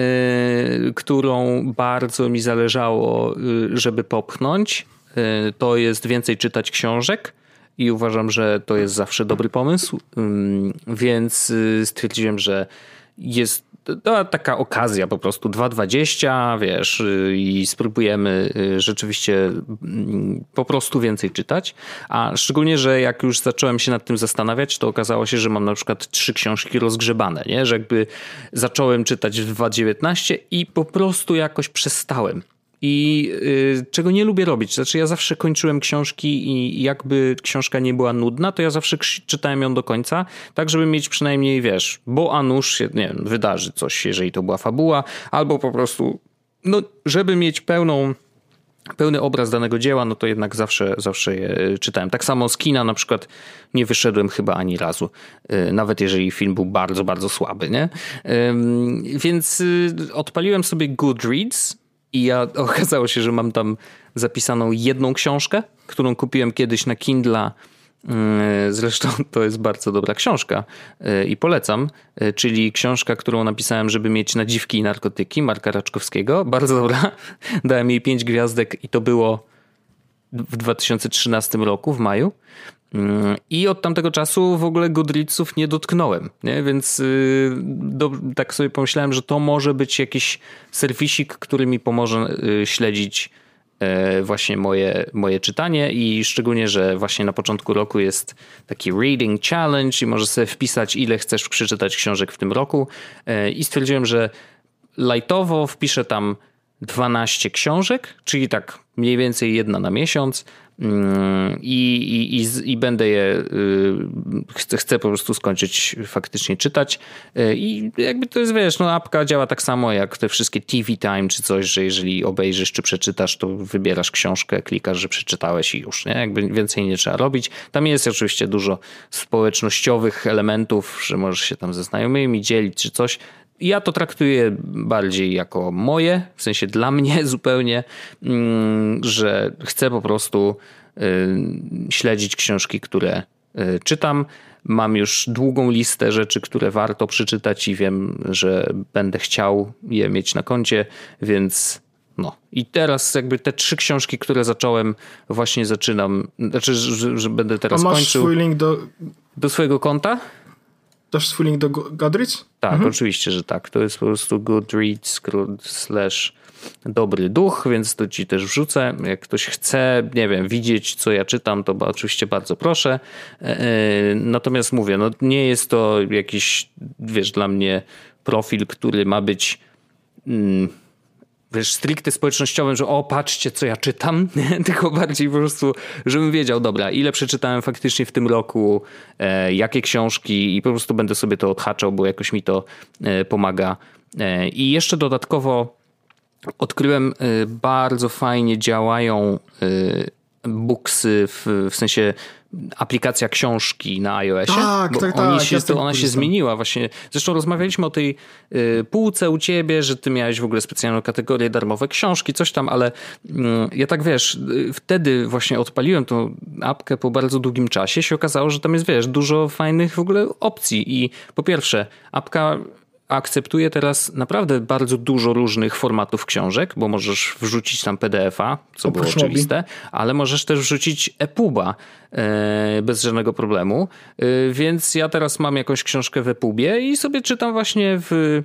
którą bardzo mi zależało, żeby popchnąć. To jest więcej czytać książek i uważam, że to jest zawsze dobry pomysł, więc stwierdziłem, że jest to taka okazja po prostu 2.20, wiesz, i spróbujemy rzeczywiście po prostu więcej czytać, a szczególnie, że jak już zacząłem się nad tym zastanawiać, to okazało się, że mam na przykład 3 książki rozgrzebane, nie? Że jakby zacząłem czytać w 2.19 i po prostu jakoś przestałem. I czego nie lubię robić, znaczy ja zawsze kończyłem książki i jakby książka nie była nudna, to ja zawsze czytałem ją do końca, tak żeby mieć przynajmniej, wiesz, bo a nuż się, nie wiem, wydarzy coś, jeżeli to była fabuła, albo po prostu, no żeby mieć pełny obraz danego dzieła, no to jednak zawsze je czytałem. Tak samo z kina na przykład nie wyszedłem chyba ani razu, nawet jeżeli film był bardzo, bardzo słaby, nie? Więc odpaliłem sobie Goodreads i okazało się, że mam tam zapisaną jedną książkę, którą kupiłem kiedyś na Kindla. Zresztą to jest bardzo dobra książka i polecam, czyli książka, którą napisałem, żeby mieć na dziwki i narkotyki, Marka Raczkowskiego. Bardzo dobra. Dałem jej 5 gwiazdek i to było w 2013 roku, w maju. I od tamtego czasu w ogóle Goodreadsów nie dotknąłem, nie? Więc tak sobie pomyślałem, że to może być jakiś serwisik, który mi pomoże śledzić właśnie moje czytanie i szczególnie, że właśnie na początku roku jest taki reading challenge i możesz sobie wpisać, ile chcesz przeczytać książek w tym roku i stwierdziłem, że lightowo wpiszę tam 12 książek, czyli tak mniej więcej jedna na miesiąc i będę je, chcę po prostu skończyć faktycznie czytać i jakby to jest, wiesz, no apka działa tak samo jak te wszystkie TV Time czy coś, że jeżeli obejrzysz czy przeczytasz, to wybierasz książkę, klikasz, że przeczytałeś i już, nie? Jakby więcej nie trzeba robić. Tam jest oczywiście dużo społecznościowych elementów, że możesz się tam ze znajomymi dzielić czy coś. Ja to traktuję bardziej jako moje, w sensie dla mnie zupełnie, że chcę po prostu śledzić książki, które czytam. Mam już długą listę rzeczy, które warto przeczytać i wiem, że będę chciał je mieć na koncie, więc no. I teraz jakby te 3 książki, które zacząłem, właśnie zaczynam, znaczy, że będę teraz kończył. A masz swój link do swojego konta? Dasz swój link do Goodreads? Tak, oczywiście, że tak. To jest po prostu Goodreads/dobry duch, więc to ci też wrzucę. Jak ktoś chce, nie wiem, widzieć, co ja czytam, to oczywiście bardzo proszę. Natomiast mówię, no nie jest to jakiś, wiesz, dla mnie profil, który ma być wiesz, stricte społecznościowym, że o, patrzcie, co ja czytam, tylko bardziej po prostu, żebym wiedział, dobra, ile przeczytałem faktycznie w tym roku, jakie książki i po prostu będę sobie to odhaczał, bo jakoś mi to pomaga. I jeszcze dodatkowo odkryłem, bardzo fajnie działają Booksy, w sensie aplikacja książki na iOSie. Ona się zmieniła właśnie. Zresztą rozmawialiśmy o tej półce u ciebie, że ty miałeś w ogóle specjalną kategorię darmowe książki, coś tam, ale ja tak wiesz, wtedy właśnie odpaliłem tą apkę po bardzo długim czasie, się okazało, że tam jest, wiesz, dużo fajnych w ogóle opcji i po pierwsze, apka akceptuje teraz naprawdę bardzo dużo różnych formatów książek, bo możesz wrzucić tam PDF-a, co było oczywiste, ale możesz też wrzucić EPUB-a bez żadnego problemu. Więc ja teraz mam jakąś książkę w EPUB-ie i sobie czytam właśnie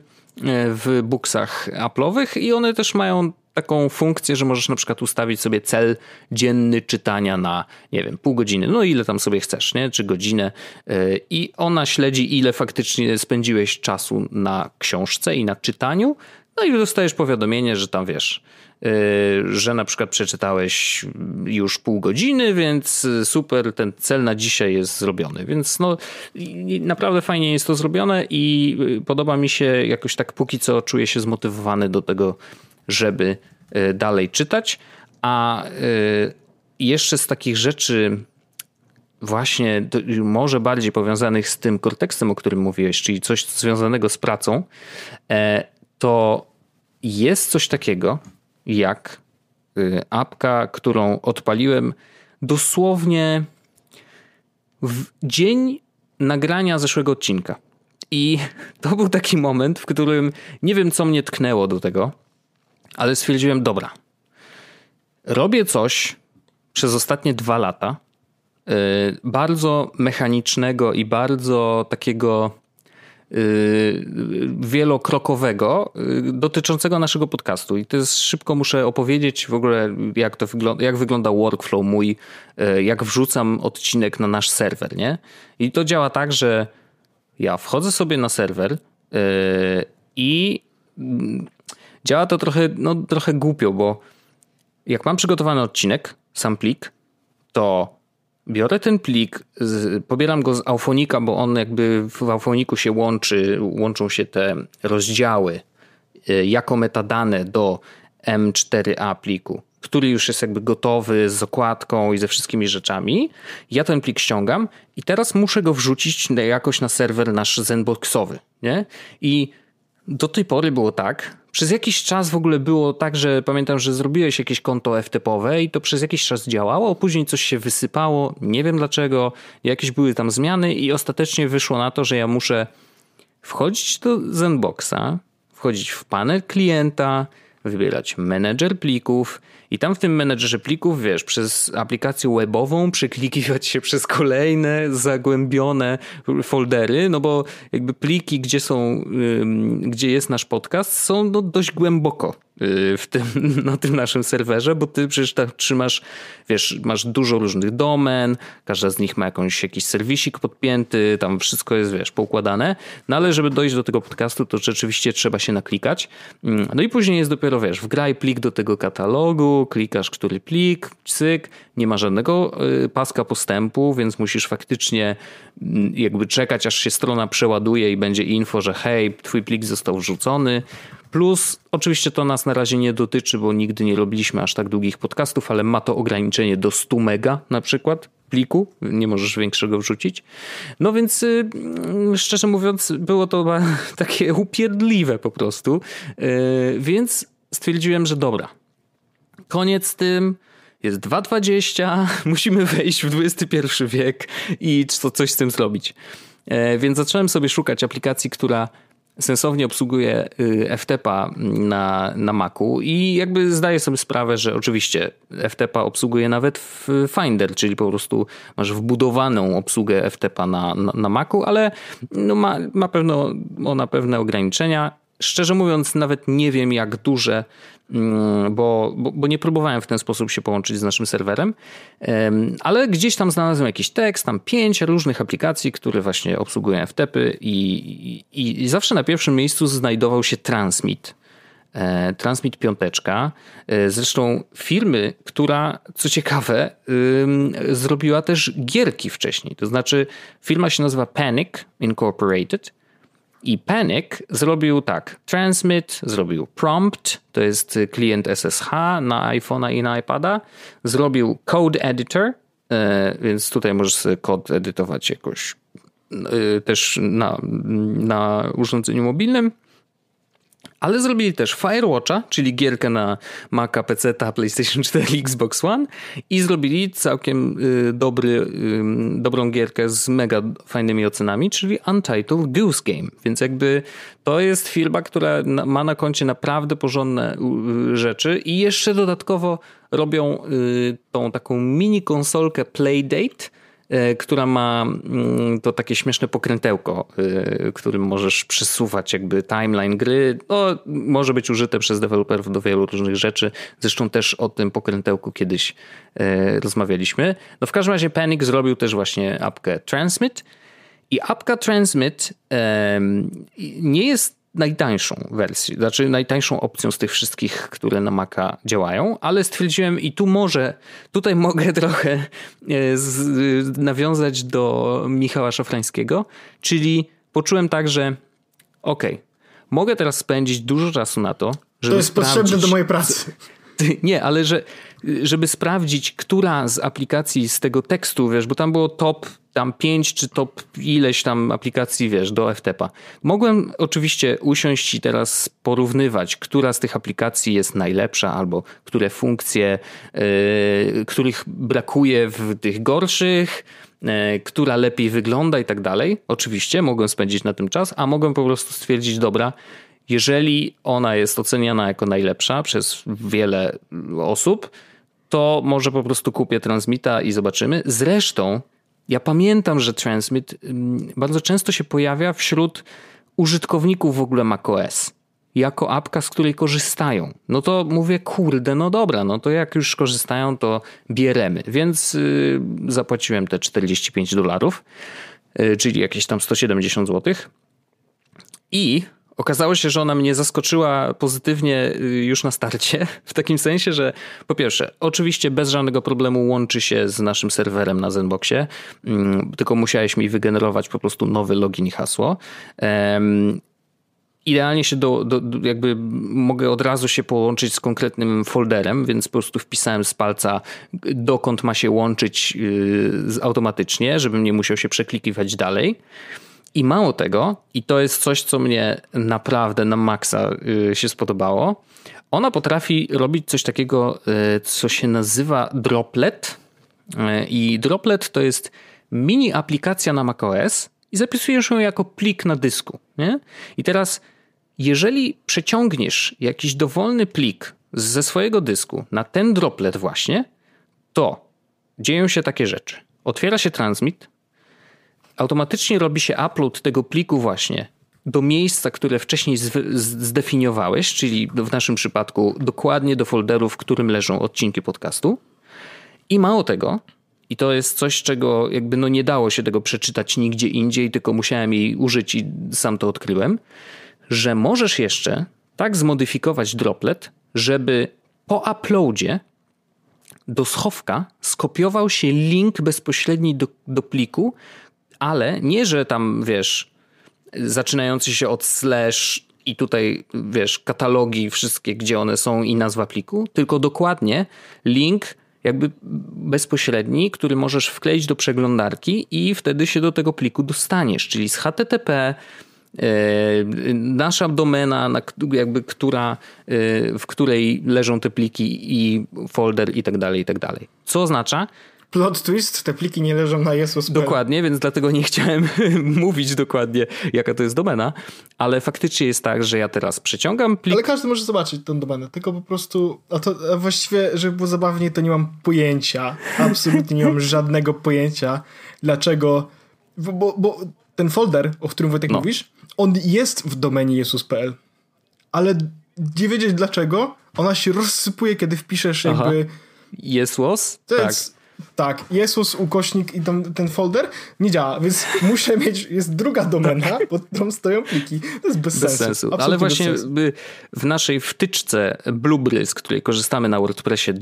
w Booksach Apple'owych i one też mają taką funkcję, że możesz na przykład ustawić sobie cel dzienny czytania na, nie wiem, pół godziny, no ile tam sobie chcesz, nie? Czy godzinę i ona śledzi, ile faktycznie spędziłeś czasu na książce i na czytaniu, no i dostajesz powiadomienie, że tam wiesz, że na przykład przeczytałeś już pół godziny, więc super, ten cel na dzisiaj jest zrobiony, więc no naprawdę fajnie jest to zrobione i podoba mi się jakoś tak póki co czuję się zmotywowany do tego, żeby dalej czytać, a jeszcze z takich rzeczy właśnie może bardziej powiązanych z tym kontekstem, o którym mówiłeś, czyli coś związanego z pracą, to jest coś takiego jak Apka, którą odpaliłem dosłownie w dzień nagrania zeszłego odcinka. I to był taki moment, w którym nie wiem, co mnie tknęło do tego, ale stwierdziłem, dobra, robię coś przez ostatnie 2 lata, bardzo mechanicznego i bardzo takiego wielokrokowego dotyczącego naszego podcastu. I to jest, szybko muszę opowiedzieć w ogóle, jak wygląda workflow mój, jak wrzucam odcinek na nasz serwer, nie? I to działa tak, że ja wchodzę sobie na serwer i działa to trochę głupio, bo jak mam przygotowany odcinek, sam plik, to biorę ten plik, pobieram go z Auphonica, bo on jakby w Auphonicu się łączą się te rozdziały jako metadane do M4A pliku, który już jest jakby gotowy z okładką i ze wszystkimi rzeczami. Ja ten plik ściągam i teraz muszę go wrzucić jakoś na serwer nasz Zenboxowy, nie? I do tej pory było tak, przez jakiś czas w ogóle było tak, że pamiętam, że zrobiłeś jakieś konto FTP-owe i to przez jakiś czas działało, później coś się wysypało, nie wiem dlaczego, jakieś były tam zmiany i ostatecznie wyszło na to, że ja muszę wchodzić do Zenboxa, wchodzić w panel klienta, wybierać menedżer plików i tam w tym menedżerze plików, wiesz, przez aplikację webową przeklikiwać się przez kolejne zagłębione foldery, no bo jakby pliki, gdzie jest nasz podcast, są dość głęboko na tym naszym serwerze, bo ty przecież tak trzymasz, wiesz, masz dużo różnych domen, każda z nich ma jakiś serwisik podpięty, tam wszystko jest, wiesz, poukładane, no ale żeby dojść do tego podcastu, to rzeczywiście trzeba się naklikać. No i później jest dopiero, wiesz, wgraj plik do tego katalogu, klikasz, który plik, cyk, nie ma żadnego paska postępu, więc musisz faktycznie jakby czekać, aż się strona przeładuje i będzie info, że hej, twój plik został wrzucony. Plus, oczywiście to nas na razie nie dotyczy, bo nigdy nie robiliśmy aż tak długich podcastów, ale ma to ograniczenie do 100 mega na przykład pliku, nie możesz większego wrzucić. No więc szczerze mówiąc było to takie upierdliwe po prostu, więc stwierdziłem, że koniec z tym, jest 2.20, musimy wejść w XXI wiek i coś z tym zrobić. Więc zacząłem sobie szukać aplikacji, która sensownie obsługuje FTP-a na Macu i jakby zdaję sobie sprawę, że oczywiście FTP-a obsługuje nawet w Finder, czyli po prostu masz wbudowaną obsługę FTP-a na Macu, ale no ma ona pewne ograniczenia. Szczerze mówiąc, nawet nie wiem jak duże, bo nie próbowałem w ten sposób się połączyć z naszym serwerem, ale gdzieś tam znalazłem jakiś tekst, tam 5 różnych aplikacji, które właśnie obsługują FTP-y i zawsze na pierwszym miejscu znajdował się Transmit. Transmit 5. Zresztą firmy, która, co ciekawe, zrobiła też gierki wcześniej. To znaczy firma się nazywa Panic Incorporated. I Panic zrobił tak, Transmit, zrobił Prompt, to jest klient SSH na iPhone'a i na iPada, zrobił Code Editor, więc tutaj możesz sobie kod edytować jakoś też na urządzeniu mobilnym, ale zrobili też Firewatcha, czyli gierkę na Maca, PC-ta, PlayStation 4, Xbox One i zrobili całkiem dobrą gierkę z mega fajnymi ocenami, czyli Untitled Goose Game. Więc jakby to jest firma, która ma na koncie naprawdę porządne rzeczy i jeszcze dodatkowo robią tą taką mini konsolkę Playdate, która ma to takie śmieszne pokrętełko, którym możesz przesuwać jakby timeline gry. No, może być użyte przez deweloperów do wielu różnych rzeczy. Zresztą też o tym pokrętełku kiedyś rozmawialiśmy. No w każdym razie Panic zrobił też właśnie apkę Transmit i apka Transmit nie jest najtańszą wersją, znaczy najtańszą opcją z tych wszystkich, które na Maca działają, ale stwierdziłem i tutaj mogę trochę nawiązać do Michała Szafrańskiego, czyli poczułem tak, że mogę teraz spędzić dużo czasu na to, żeby to jest potrzebne do mojej pracy. Nie, ale żeby sprawdzić, która z aplikacji z tego tekstu, wiesz, bo tam było top tam 5 czy top ileś tam aplikacji, wiesz, do FTP-a. Mogłem oczywiście usiąść i teraz porównywać, która z tych aplikacji jest najlepsza albo które funkcje, których brakuje w tych gorszych, która lepiej wygląda i tak dalej. Oczywiście mogłem spędzić na tym czas, a mogłem po prostu stwierdzić, dobra, jeżeli ona jest oceniana jako najlepsza przez wiele osób, to może po prostu kupię Transmita i zobaczymy. Zresztą ja pamiętam, że Transmit bardzo często się pojawia wśród użytkowników w ogóle macOS. Jako apka, z której korzystają. No to mówię, kurde, no dobra, no to jak już korzystają, to bieremy. Więc zapłaciłem te $45, czyli jakieś tam 170 zł. I okazało się, że ona mnie zaskoczyła pozytywnie już na starcie, w takim sensie, że po pierwsze, oczywiście bez żadnego problemu łączy się z naszym serwerem na Zenboxie, tylko musiałeś mi wygenerować po prostu nowy login i hasło. Idealnie się jakby mogę od razu się połączyć z konkretnym folderem, więc po prostu wpisałem z palca, dokąd ma się łączyć automatycznie, żebym nie musiał się przeklikiwać dalej. I mało tego, i to jest coś, co mnie naprawdę na maksa się spodobało, ona potrafi robić coś takiego, co się nazywa Droplet. I Droplet to jest mini aplikacja na macOS i zapisujesz ją jako plik na dysku. Nie? I teraz, jeżeli przeciągniesz jakiś dowolny plik ze swojego dysku na ten Droplet właśnie, to dzieją się takie rzeczy. Otwiera się Transmit, automatycznie robi się upload tego pliku właśnie do miejsca, które wcześniej zdefiniowałeś, czyli w naszym przypadku dokładnie do folderu, w którym leżą odcinki podcastu. I mało tego, i to jest coś, czego jakby no nie dało się tego przeczytać nigdzie indziej, tylko musiałem jej użyć i sam to odkryłem, że możesz jeszcze tak zmodyfikować Droplet, żeby po uploadzie do schowka skopiował się link bezpośredni do pliku, ale nie, że tam, wiesz, zaczynający się od slash i tutaj, wiesz, katalogi wszystkie, gdzie one są i nazwa pliku, tylko dokładnie link jakby bezpośredni, który możesz wkleić do przeglądarki i wtedy się do tego pliku dostaniesz, czyli z HTTP, nasza domena, jakby w której leżą te pliki i folder i tak dalej, i tak dalej. Co oznacza? Plot twist, te pliki nie leżą na Jesus.pl. Dokładnie, więc dlatego nie chciałem mówić dokładnie, jaka to jest domena, ale faktycznie jest tak, że ja teraz przeciągam plik. Ale każdy może zobaczyć tę domenę, tylko po prostu, a właściwie, żeby było zabawniej, to nie mam pojęcia, absolutnie nie mam żadnego pojęcia, dlaczego, bo ten folder, o którym Wojtek mówisz, on jest w domenie Jesus.pl, ale nie wiedzieć dlaczego, ona się rozsypuje, kiedy wpiszesz jakby... Jesus? Tak, Jesus, ukośnik i ten folder nie działa, więc muszę mieć, jest druga domena, pod którą stoją pliki. To jest bez sensu. Ale właśnie w naszej wtyczce Blueberry, z której korzystamy na WordPressie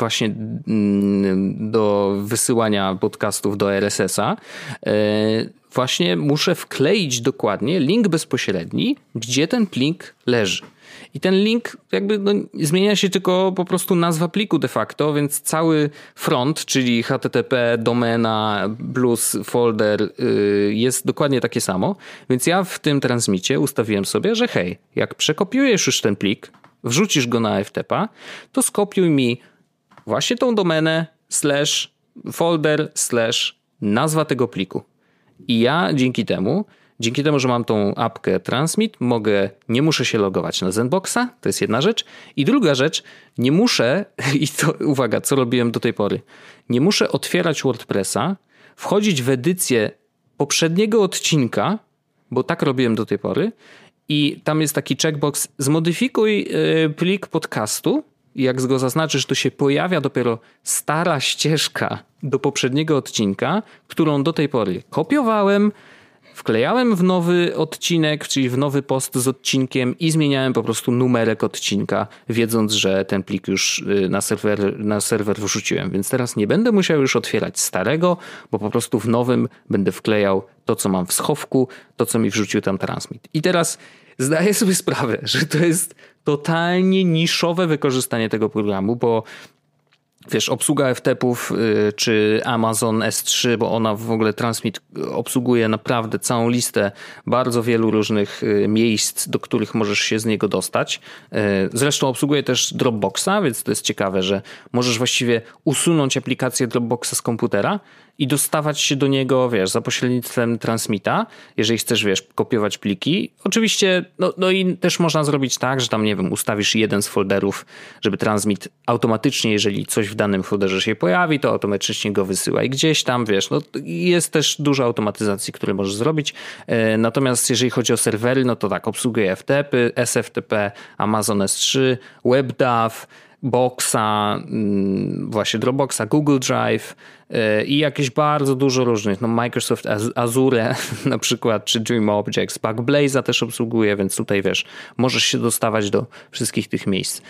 do wysyłania podcastów do RSS-a, właśnie muszę wkleić dokładnie link bezpośredni, gdzie ten plik leży. I ten link jakby zmienia się tylko po prostu nazwa pliku de facto, więc cały front, czyli HTTP, domena plus folder jest dokładnie takie samo. Więc ja w tym transmicie ustawiłem sobie, że hej, jak przekopiujesz już ten plik, wrzucisz go na FTP, to skopiuj mi właśnie tą domenę /folder/ nazwa tego pliku. I ja dzięki temu, że mam tą apkę Transmit, nie muszę się logować na Zenboxa, to jest jedna rzecz. I druga rzecz, nie muszę, i to uwaga, co robiłem do tej pory, nie muszę otwierać WordPressa, wchodzić w edycję poprzedniego odcinka, bo tak robiłem do tej pory, i tam jest taki checkbox, zmodyfikuj plik podcastu, i jak go zaznaczysz, to się pojawia dopiero stara ścieżka do poprzedniego odcinka, którą do tej pory kopiowałem, wklejałem w nowy odcinek, czyli w nowy post z odcinkiem i zmieniałem po prostu numerek odcinka, wiedząc, że ten plik już na serwer wrzuciłem. Więc teraz nie będę musiał już otwierać starego, bo po prostu w nowym będę wklejał to, co mam w schowku, to, co mi wrzucił tam Transmit. I teraz zdaję sobie sprawę, że to jest totalnie niszowe wykorzystanie tego programu, bo wiesz, obsługa FTP-ów czy Amazon S3, bo ona w ogóle Transmit obsługuje naprawdę całą listę bardzo wielu różnych miejsc, do których możesz się z niego dostać. Zresztą obsługuje też Dropboxa, więc to jest ciekawe, że możesz właściwie usunąć aplikację Dropboxa z komputera i dostawać się do niego, wiesz, za pośrednictwem Transmita, jeżeli chcesz, wiesz, kopiować pliki. Oczywiście, no i też można zrobić tak, że tam, nie wiem, ustawisz jeden z folderów, żeby Transmit automatycznie, jeżeli coś w danym folderze się pojawi, to automatycznie go wysyła i gdzieś tam, wiesz, no jest też dużo automatyzacji, które możesz zrobić. Natomiast jeżeli chodzi o serwery, no to tak, obsługuje FTP, SFTP, Amazon S3, WebDAV, Boxa, właśnie Dropboxa, Google Drive i jakieś bardzo dużo różnych, no Microsoft Azure na przykład, czy DreamObjects, Backblaze'a też obsługuje, więc tutaj wiesz, możesz się dostawać do wszystkich tych miejsc.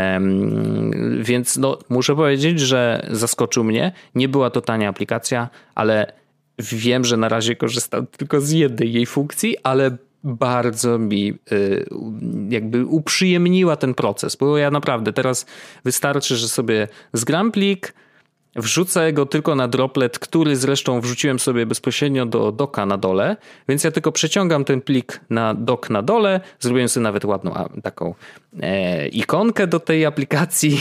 Więc no, muszę powiedzieć, że zaskoczył mnie. Nie była to tania aplikacja, ale wiem, że na razie korzystam tylko z jednej jej funkcji, ale bardzo mi jakby uprzyjemniła ten proces, bo ja naprawdę teraz wystarczy, że sobie zgram plik, wrzucę go tylko na Droplet, który zresztą wrzuciłem sobie bezpośrednio do doka na dole, więc ja tylko przeciągam ten plik na dok na dole, zrobiłem sobie nawet ładną taką ikonkę do tej aplikacji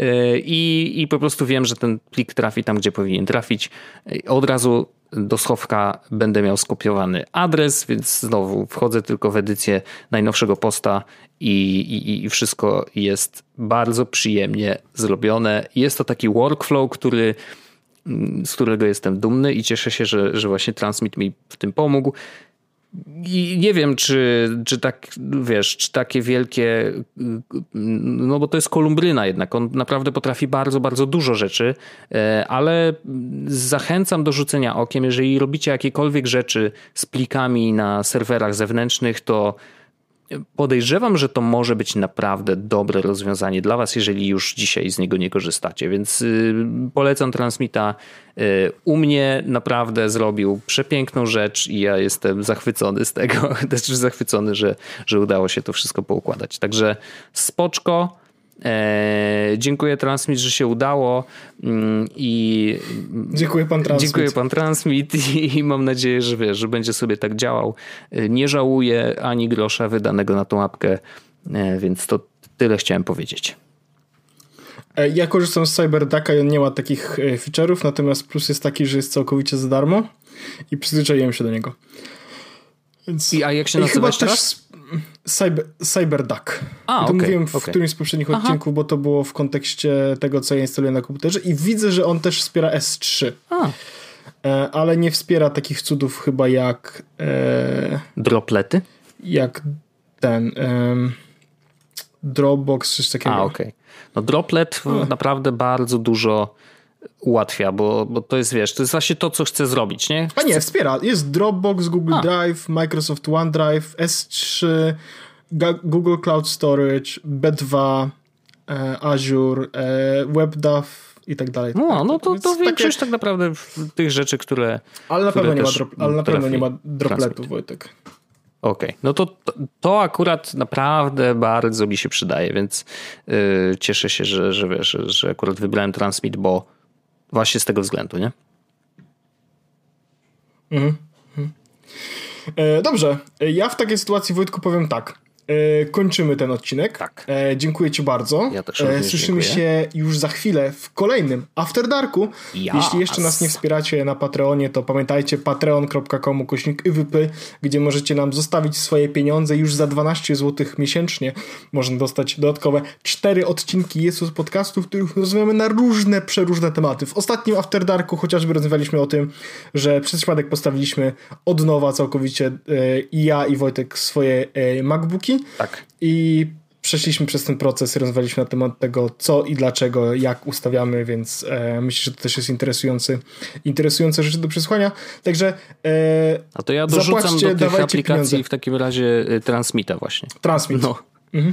i po prostu wiem, że ten plik trafi tam, gdzie powinien trafić. Od razu do schowka będę miał skopiowany adres, więc znowu wchodzę tylko w edycję najnowszego posta i wszystko jest bardzo przyjemnie zrobione. Jest to taki workflow, z którego jestem dumny i cieszę się, że właśnie Transmit mi w tym pomógł. I nie wiem, czy tak, wiesz, czy takie wielkie, no bo to jest kolumbryna jednak, on naprawdę potrafi bardzo, bardzo dużo rzeczy, ale zachęcam do rzucenia okiem, jeżeli robicie jakiekolwiek rzeczy z plikami na serwerach zewnętrznych, to podejrzewam, że to może być naprawdę dobre rozwiązanie dla was, jeżeli już dzisiaj z niego nie korzystacie, więc polecam Transmita. U mnie naprawdę zrobił przepiękną rzecz i ja jestem zachwycony z tego, też zachwycony, że udało się to wszystko poukładać. Także spoczko. Dziękuję Transmit, że się udało i dziękuję pan Transmit i mam nadzieję, że wiesz, że będzie sobie tak działał. Nie żałuję ani grosza wydanego na tą apkę, więc to tyle chciałem powiedzieć. Ja korzystam z CyberDucka i on nie ma takich feature'ów, natomiast plus jest taki, że jest całkowicie za darmo i przyzwyczaiłem się do niego. Więc... A jak się nazywa teraz? CyberDuck. To mówiłem w którymś z poprzednich odcinków, bo to było w kontekście tego, co ja instaluję na komputerze i widzę, że on też wspiera S3. Ale nie wspiera takich cudów chyba jak... Droplety? Jak ten... Dropbox, coś takiego. No Droplet naprawdę bardzo dużo ułatwia, bo to jest, wiesz, to jest właśnie to, co chcę zrobić, nie? A nie, wspiera. Jest Dropbox, Google Drive, Microsoft OneDrive, S3, Google Cloud Storage, B2, Azure, WebDAV i tak dalej. No to większość tak naprawdę tych rzeczy, które... Ale na pewno nie ma dropletu, Wojtek. Okej, no to akurat naprawdę bardzo mi się przydaje, więc cieszę się, że wiesz, że akurat wybrałem Transmit, bo właśnie z tego względu, nie? Dobrze, ja w takiej sytuacji, Wojtku, powiem tak. Kończymy ten odcinek. Tak. Dziękuję ci bardzo. Ja też Słyszymy się już za chwilę w kolejnym After Darku. Jeśli jeszcze nas nie wspieracie na Patreonie, to pamiętajcie patreon.com/ywypy, gdzie możecie nam zostawić swoje pieniądze. Już za 12 zł miesięcznie można dostać dodatkowe 4 odcinki Jesus Podcastu, w których rozmawiamy na przeróżne tematy. W ostatnim After Darku chociażby rozmawialiśmy o tym, że przez przypadek postawiliśmy od nowa całkowicie i ja i Wojtek swoje MacBooki. Tak. I przeszliśmy przez ten proces, rozmawialiśmy na temat tego, co i dlaczego, jak ustawiamy, więc myślę, że to też jest interesujące rzeczy do przesłuchania. Także a to ja dorzucam do tych aplikacji pieniądze. w takim razie Transmita właśnie. Transmit. No. Mhm.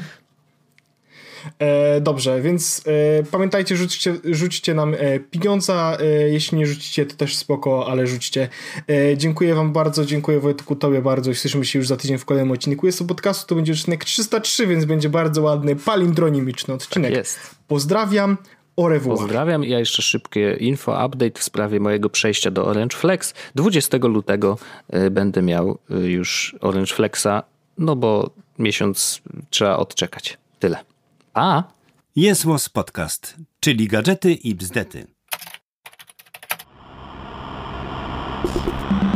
Dobrze, więc pamiętajcie, rzućcie nam pieniądza, jeśli nie rzucicie, to też spoko, ale rzućcie. Dziękuję wam bardzo, dziękuję Wojtku, tobie bardzo i słyszymy się już za tydzień w kolejnym odcinku. Jest to podcastu, to będzie odcinek 303, więc będzie bardzo ładny, palindronimiczny odcinek. Tak jest. Pozdrawiam, au revoir. Pozdrawiam, ja jeszcze szybkie update w sprawie mojego przejścia do Orange Flex. 20 lutego będę miał już Orange Flexa, no bo miesiąc trzeba odczekać. Tyle. Jest Podcast, czyli gadżety i bzdety.